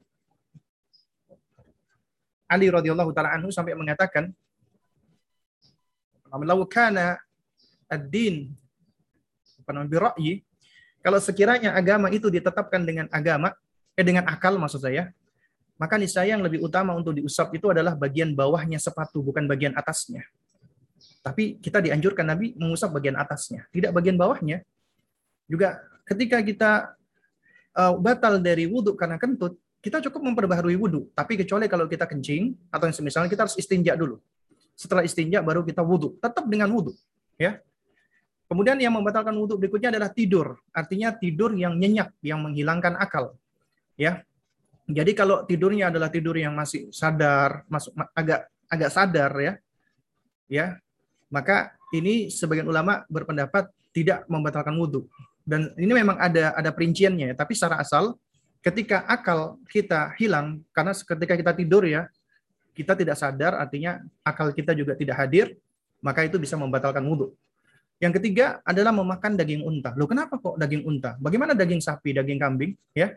[SPEAKER 2] Ali radhiyallahu taala anhu sampai mengatakan, "Law kana ad-din bira'yi," kalau sekiranya agama itu ditetapkan dengan agama, eh dengan akal maksud saya, maka niscaya yang lebih utama untuk diusap itu adalah bagian bawahnya sepatu, bukan bagian atasnya. Tapi kita dianjurkan Nabi mengusap bagian atasnya, tidak bagian bawahnya. Juga ketika kita uh, batal dari wudhu karena kentut, kita cukup memperbaharui wudhu. Tapi kecuali kalau kita kencing atau yang semisalnya, kita harus istinja dulu. Setelah istinja baru kita wudhu, tetap dengan wudhu. Ya. Kemudian yang membatalkan wudhu berikutnya adalah tidur. Artinya tidur yang nyenyak, yang menghilangkan akal. Ya. Jadi kalau tidurnya adalah tidur yang masih sadar, masuk agak agak sadar, ya, ya, maka ini sebagian ulama berpendapat tidak membatalkan wudhu. Dan ini memang ada ada perinciannya, tapi secara asal ketika akal kita hilang, karena ketika kita tidur, ya, kita tidak sadar, artinya akal kita juga tidak hadir, maka itu bisa membatalkan wudhu. Yang ketiga adalah memakan daging unta. Loh, kenapa kok daging unta? Bagaimana daging sapi, daging kambing? Ya.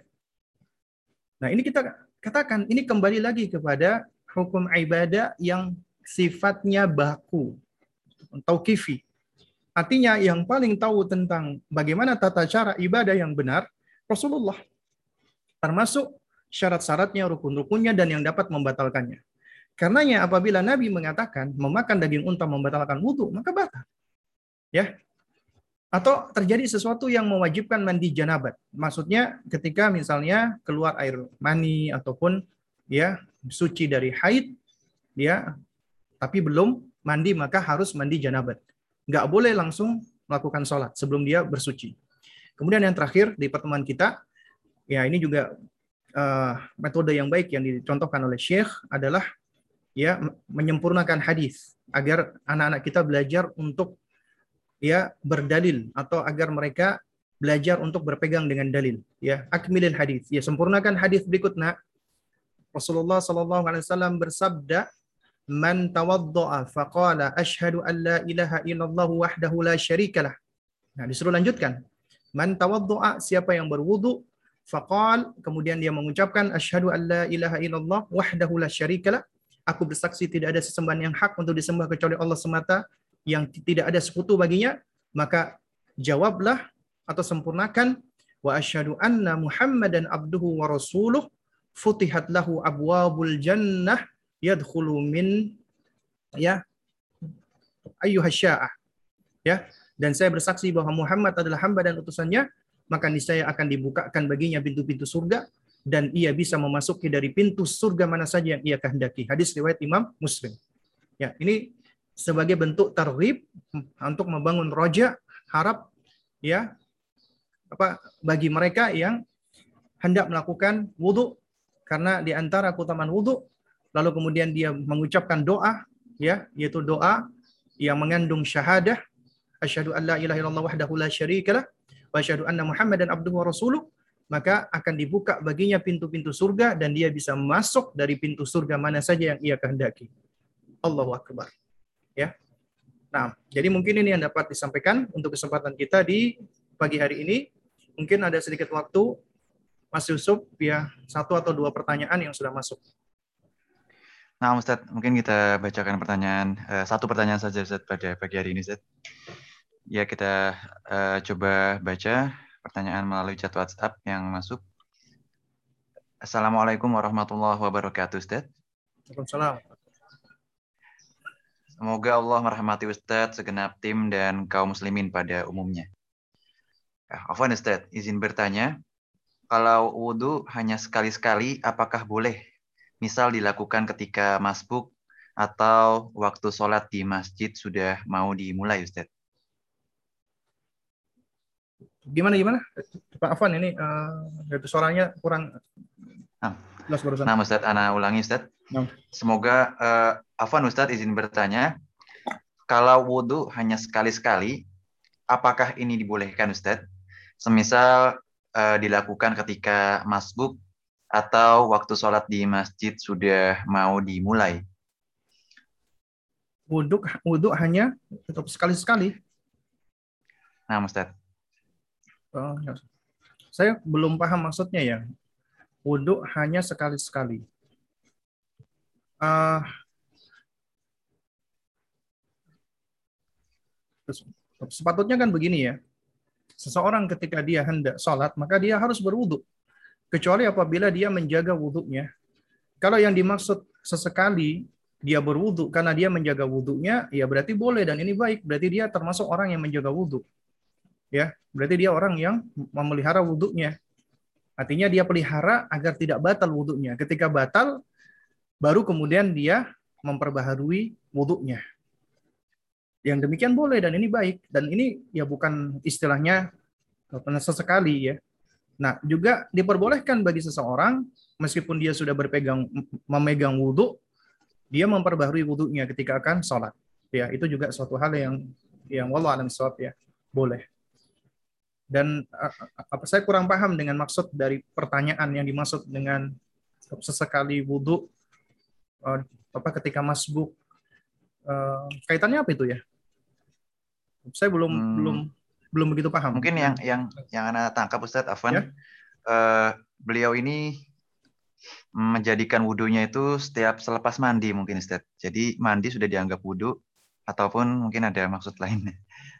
[SPEAKER 2] Nah, ini kita katakan, ini kembali lagi kepada hukum ibadah yang sifatnya baku, tauqifi. Artinya yang paling tahu tentang bagaimana tata cara ibadah yang benar, Rasulullah. Termasuk syarat-syaratnya, rukun-rukunnya, dan yang dapat membatalkannya. Karenanya apabila Nabi mengatakan memakan daging unta membatalkan wudhu, maka batal. Ya. Atau terjadi sesuatu yang mewajibkan mandi janabat. Maksudnya ketika misalnya keluar air mani ataupun, ya, suci dari haid, ya, tapi belum mandi, maka harus mandi janabat. Nggak boleh langsung melakukan sholat sebelum dia bersuci. Kemudian yang terakhir di pertemuan kita, ya, ini juga uh, metode yang baik yang dicontohkan oleh Syekh adalah, ya, menyempurnakan hadis agar anak-anak kita belajar untuk, ya, berdalil atau agar mereka belajar untuk berpegang dengan dalil. Ya, akmilil hadis. Ya, sempurnakan hadis berikutnya. Rasulullah Shallallahu Alaihi Wasallam bersabda, man tawadda'a faqala asyhadu an la ilaha illallah wahdahu la syarikalah. Nah, disuruh lanjutkan. Man tawadda'a, siapa yang berwudu, faqal, kemudian dia mengucapkan asyhadu an la ilaha illallah wahdahu la syarikalah. Aku bersaksi tidak ada sesembahan yang hak untuk disembah kecuali Allah semata, yang tidak ada sekutu baginya. Maka jawablah atau sempurnakan wa asyhadu anna Muhammadan abduhu wa rasuluh futihat lahu abwabul jannah yadkhulu min ya ayyuhasya'ah. Ya, dan saya bersaksi bahwa Muhammad adalah hamba dan utusannya, maka niscaya akan dibukakan baginya pintu-pintu surga dan ia bisa memasuki dari pintu surga mana saja yang ia kehendaki. Hadis riwayat Imam Muslim. Ya, ini sebagai bentuk targhib untuk membangun roja, harap ya apa bagi mereka yang hendak melakukan wudu, karena di antara keutamaan wudu lalu kemudian dia mengucapkan doa ya, yaitu doa yang mengandung syahadah asyhadu an la ilaha illallah wahdahu la syarikalah wa asyhadu anna Muhammadan abduhu wa rasuluh, maka akan dibuka baginya pintu-pintu surga dan dia bisa masuk dari pintu surga mana saja yang ia kehendaki. Allahu akbar. Ya. Nah, jadi mungkin ini yang dapat disampaikan untuk kesempatan kita di pagi hari ini. Mungkin ada sedikit waktu, Mas Yusuf, ya satu atau dua pertanyaan yang sudah masuk.
[SPEAKER 3] Nah, Ustaz, mungkin kita bacakan pertanyaan, uh, satu pertanyaan saja Ustaz pada pagi hari ini, Ustaz. Ya, kita uh, coba baca pertanyaan melalui chat WhatsApp yang masuk. Assalamualaikum warahmatullahi wabarakatuh, Ustaz.
[SPEAKER 2] Waalaikumsalam.
[SPEAKER 3] Semoga Allah merahmati Ustaz, segenap tim, dan kaum muslimin pada umumnya. Afwan Ustaz, izin bertanya, kalau wudhu hanya sekali-sekali, apakah boleh misal dilakukan ketika masbuk atau waktu sholat di masjid sudah mau dimulai, Ustaz?
[SPEAKER 2] Gimana gimana? Pak Afwan ini uh, suaranya kurang jelas barusan.
[SPEAKER 3] Nah, Ustaz, ana ulangi Ustaz.
[SPEAKER 2] Nah.
[SPEAKER 3] Semoga uh, Afwan Ustaz izin bertanya, kalau wudhu hanya sekali-sekali, apakah ini dibolehkan Ustaz? Semisal uh, dilakukan ketika masbuk atau waktu sholat di masjid sudah mau dimulai.
[SPEAKER 2] Wudhu wudhu hanya tetap sekali-sekali.
[SPEAKER 3] Nah, Ustaz.
[SPEAKER 2] Oh, ya. Saya belum paham maksudnya ya. Wudhu hanya sekali-sekali. Uh, sepatutnya kan begini ya. Seseorang ketika dia hendak sholat, maka dia harus berwudhu. Kecuali apabila dia menjaga wudhunya. Kalau yang dimaksud sesekali dia berwudhu karena dia menjaga wudhunya, ya berarti boleh dan ini baik. Berarti dia termasuk orang yang menjaga wudhu. Ya, berarti dia orang yang memelihara wudhunya. Artinya dia pelihara agar tidak batal wudhunya. Ketika batal, baru kemudian dia memperbaharui wudhunya. Yang demikian boleh dan ini baik. Dan ini ya bukan istilahnya sesekali ya. Nah, juga diperbolehkan bagi seseorang, meskipun dia sudah berpegang memegang wudhu, dia memperbaharui wudhunya ketika akan sholat. Ya, itu juga suatu hal yang yang wallahu a'lam bishawab ya, boleh. Dan apa saya kurang paham dengan maksud dari pertanyaan yang dimaksud dengan sesekali wudhu apa ketika masbuk, kaitannya apa itu ya? Saya belum hmm. belum belum begitu paham.
[SPEAKER 3] Mungkin yang yang yang Anda tangkap Ustadz Afwan, ya? uh, beliau ini menjadikan wudhunya itu setiap selepas mandi mungkin Ustadz. Jadi mandi sudah dianggap wudhu ataupun mungkin ada maksud lainnya.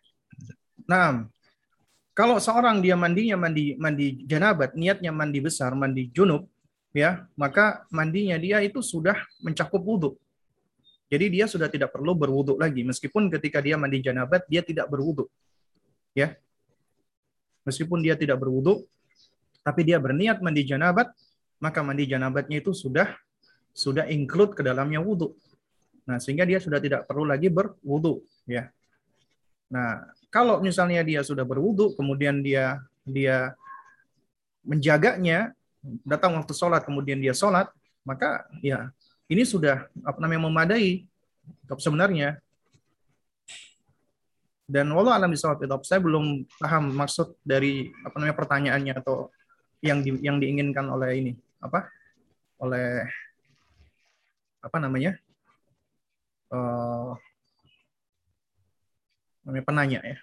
[SPEAKER 2] Nah, kalau seorang dia mandinya mandi mandi janabat, niatnya mandi besar, mandi junub, ya, maka mandinya dia itu sudah mencakup wudhu. Jadi dia sudah tidak perlu berwudhu lagi, meskipun ketika dia mandi janabat dia tidak berwudhu, ya, meskipun dia tidak berwudhu, tapi dia berniat mandi janabat, maka mandi janabatnya itu sudah sudah include ke dalamnya wudhu. Nah, sehingga dia sudah tidak perlu lagi berwudhu, ya. Nah, kalau misalnya dia sudah berwudhu, kemudian dia dia menjaganya, datang waktu sholat, kemudian dia sholat, maka ya ini sudah apa namanya memadai sebenarnya. Dan wallahu a'lam bishawab, saya belum paham maksud dari apa namanya pertanyaannya atau yang di, yang diinginkan oleh ini apa oleh apa namanya uh, penanya ya.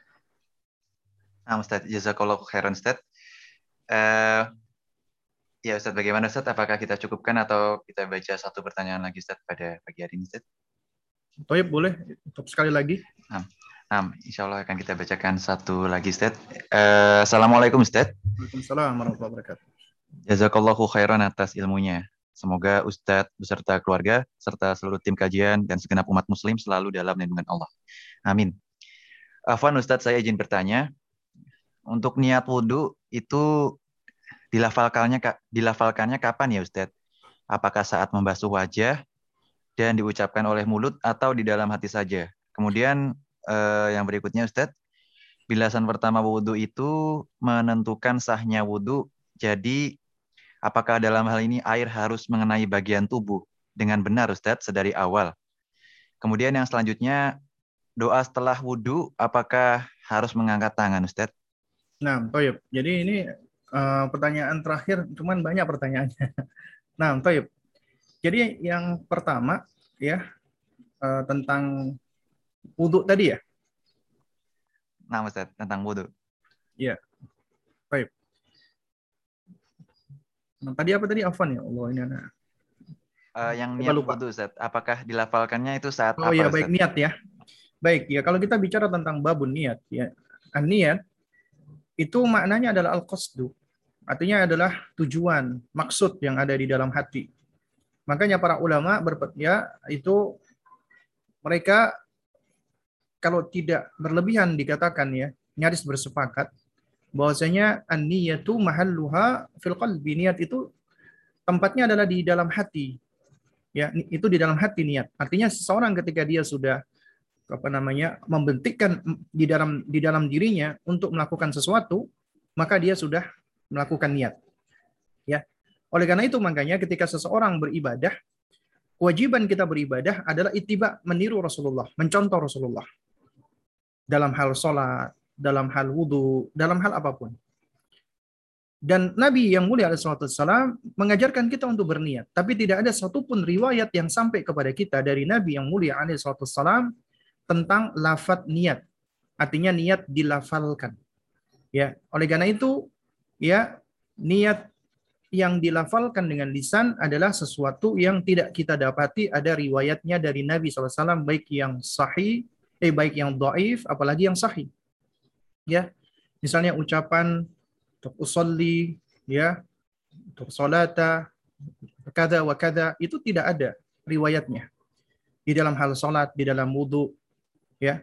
[SPEAKER 3] Nah, Ustaz, jazakallahu khairan Ustaz. Uh, ya Ustaz, bagaimana Ustaz? Apakah kita cukupkan atau kita baca satu pertanyaan lagi Ustaz pada pagi hari ini Ustaz?
[SPEAKER 2] Toyib, boleh untuk sekali lagi.
[SPEAKER 3] Nah, nah, insya Allah akan kita bacakan satu lagi Ustaz. Uh, Assalamualaikum Ustaz.
[SPEAKER 2] Waalaikumsalam warahmatullahi wabarakatuh.
[SPEAKER 3] Jazakallahu khairan atas ilmunya. Semoga Ustadz beserta keluarga, serta seluruh tim kajian dan segenap umat muslim selalu dalam lindungan Allah. Amin. Afwan Ustadz, saya izin bertanya. Untuk niat wudhu itu dilafalkannya, dilafalkannya kapan ya Ustadz? Apakah saat membasuh wajah dan diucapkan oleh mulut atau di dalam hati saja? Kemudian eh, yang berikutnya Ustadz, bilasan pertama wudhu itu menentukan sahnya wudhu. Jadi apakah dalam hal ini air harus mengenai bagian tubuh dengan benar Ustadz sedari awal? Kemudian yang selanjutnya, doa setelah wudhu apakah harus mengangkat tangan Ustadz?
[SPEAKER 2] Nah, Toyib. Jadi ini uh, pertanyaan terakhir, cuman banyak pertanyaannya. Nah, Toyib. Jadi yang pertama ya uh, tentang wudhu tadi ya.
[SPEAKER 3] Nah, Ustadz, tentang wudhu.
[SPEAKER 2] Iya. Baik. Nah, tadi apa tadi? Afwan ya Allah ini anak.
[SPEAKER 3] Uh, yang niat wudhu Ustaz, apakah dilafalkannya itu saat
[SPEAKER 2] oh,
[SPEAKER 3] apa?
[SPEAKER 2] Oh ya,
[SPEAKER 3] Ustaz?
[SPEAKER 2] baik niat ya. Baik ya, kalau kita bicara tentang babun niat ya. An-niat itu maknanya adalah al-qasdu. Artinya adalah tujuan, maksud yang ada di dalam hati. Makanya para ulama berpetya itu mereka kalau tidak berlebihan dikatakan ya, nyaris bersepakat bahwasanya an-niyatu mahalluha fil qalbi. Niat itu tempatnya adalah di dalam hati. Ya, itu di dalam hati niat. Artinya seseorang ketika dia sudah apa namanya membentikkan di dalam di dalam dirinya untuk melakukan sesuatu, maka dia sudah melakukan niat. Ya. Oleh karena itu makanya ketika seseorang beribadah, kewajiban kita beribadah adalah ittiba, meniru Rasulullah, mencontoh Rasulullah. Dalam hal sholat, dalam hal wudhu, dalam hal apapun. Dan Nabi yang mulia alaihi wasallam mengajarkan kita untuk berniat. Tapi tidak ada satupun riwayat yang sampai kepada kita dari Nabi yang mulia alaihi wasallam tentang lafaz niat. Artinya niat dilafalkan. Ya, oleh karena itu ya niat yang dilafalkan dengan lisan adalah sesuatu yang tidak kita dapati ada riwayatnya dari Nabi shallallahu alaihi wasallam baik yang sahih, eh baik yang dhaif, apalagi yang sahih. Ya, misalnya ucapan untuk usolli, ya, untuk solata, kada wa kada, itu tidak ada riwayatnya. Di dalam hal solat, di dalam wudhu, ya,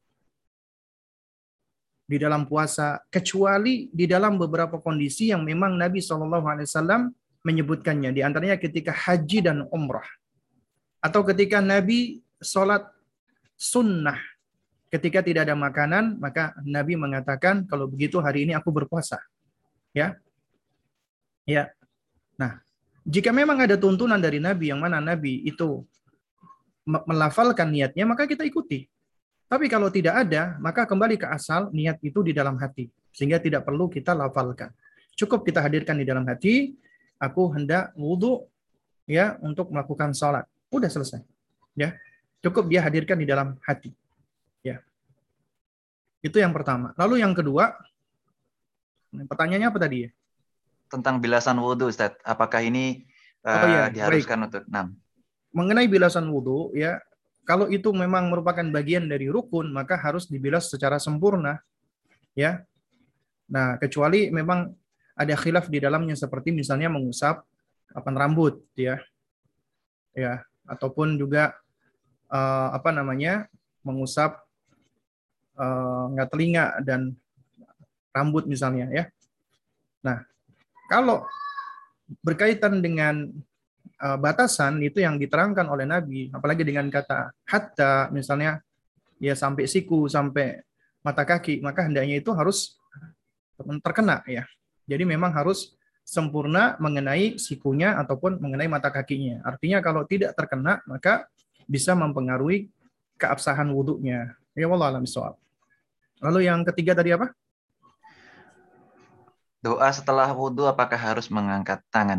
[SPEAKER 2] di dalam puasa, kecuali di dalam beberapa kondisi yang memang Nabi shallallahu alaihi wasallam menyebutkannya. Di antaranya ketika haji dan umrah. Atau ketika Nabi sholat sunnah. Ketika tidak ada makanan, maka Nabi mengatakan, kalau begitu hari ini aku berpuasa. Ya, ya. Nah, jika memang ada tuntunan dari Nabi yang mana Nabi itu melafalkan niatnya, maka kita ikuti. Tapi kalau tidak ada, maka kembali ke asal niat itu di dalam hati, sehingga tidak perlu kita lafalkan. Cukup kita hadirkan di dalam hati, aku hendak wudhu ya untuk melakukan sholat. Udah selesai. Ya, cukup dia hadirkan di dalam hati. Ya, itu yang pertama. Lalu yang kedua, pertanyaannya apa tadi ya?
[SPEAKER 3] Tentang bilasan wudhu, Ustaz. Apakah ini uh, oh, ya. diharuskan baik. Untuk enam?
[SPEAKER 2] Mengenai bilasan wudhu, ya, kalau itu memang merupakan bagian dari rukun, maka harus dibilas secara sempurna, ya. Nah, kecuali memang ada khilaf di dalamnya, seperti misalnya mengusap kapan rambut, ya, ya, ataupun juga uh, apa namanya mengusap uh, nggak telinga dan rambut misalnya, ya. Nah, kalau berkaitan dengan uh, batasan itu yang diterangkan oleh Nabi, apalagi dengan kata hatta misalnya ya sampai siku, sampai mata kaki, maka hendaknya itu harus terkena ya. Jadi memang harus sempurna mengenai sikunya ataupun mengenai mata kakinya. Artinya kalau tidak terkena maka bisa mempengaruhi keabsahan wudhunya. Ya wallahu a'lam bishawab. Lalu yang ketiga tadi apa?
[SPEAKER 3] Doa setelah wudhu apakah harus mengangkat tangan, Ustaz?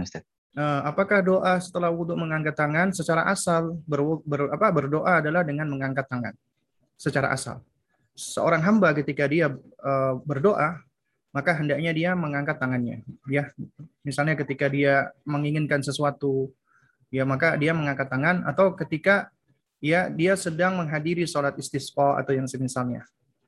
[SPEAKER 2] Eh, apakah doa setelah wudhu mengangkat tangan? Secara asal ber, ber, apa, berdoa adalah dengan mengangkat tangan. Secara asal. Seorang hamba ketika dia uh, berdoa, maka hendaknya dia mengangkat tangannya. Ya, misalnya ketika dia menginginkan sesuatu, ya maka dia mengangkat tangan. Atau ketika ya dia sedang menghadiri sholat istisqa atau yang semisalnya.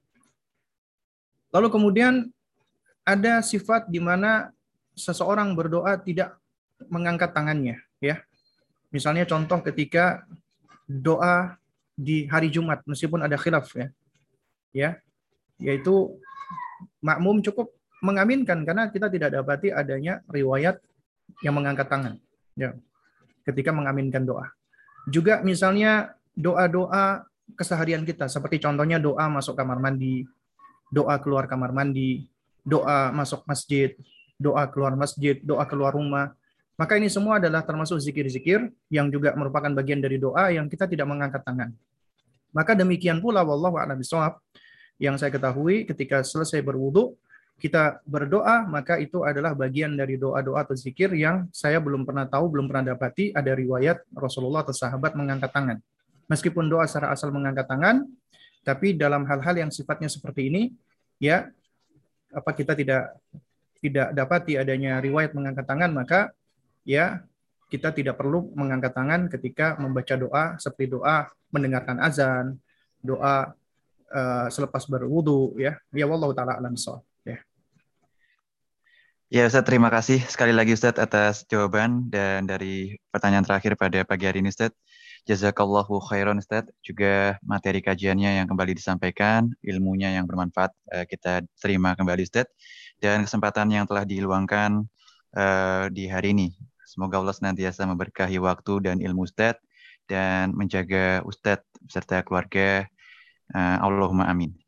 [SPEAKER 2] Lalu kemudian ada sifat di mana seseorang berdoa tidak mengangkat tangannya, ya. Misalnya contoh ketika doa di hari Jumat, meskipun ada khilaf ya, ya, yaitu makmum cukup mengaminkan karena kita tidak dapati adanya riwayat yang mengangkat tangan, ya, ketika mengaminkan doa. Juga misalnya doa-doa keseharian kita, seperti contohnya doa masuk kamar mandi, doa keluar kamar mandi, doa masuk masjid, doa keluar masjid, doa keluar rumah. Maka ini semua adalah termasuk zikir-zikir yang juga merupakan bagian dari doa yang kita tidak mengangkat tangan. Maka demikian pula wallahu a'lam bishawab, yang saya ketahui ketika selesai berwudu kita berdoa, maka itu adalah bagian dari doa-doa atau zikir yang saya belum pernah tahu, belum pernah dapati ada riwayat Rasulullah atau sahabat mengangkat tangan. Meskipun doa secara asal mengangkat tangan, tapi dalam hal-hal yang sifatnya seperti ini, ya, apa kita tidak tidak dapati adanya riwayat mengangkat tangan, maka ya kita tidak perlu mengangkat tangan ketika membaca doa seperti doa mendengarkan azan, doa uh, selepas berwudu, ya. Ya wallahu taala alam shawab. Ya.
[SPEAKER 3] Ya Ustaz, terima kasih sekali lagi Ustaz atas jawaban dan dari pertanyaan terakhir pada pagi hari ini Ustaz. Jazakallahu khairan Ustaz, juga materi kajiannya yang kembali disampaikan, ilmunya yang bermanfaat uh, kita terima kembali Ustaz, dan kesempatan yang telah diluangkan uh, di hari ini. Semoga Allah senantiasa memberkahi waktu dan ilmu Ustaz dan menjaga Ustaz beserta keluarga. Uh, Allahumma amin.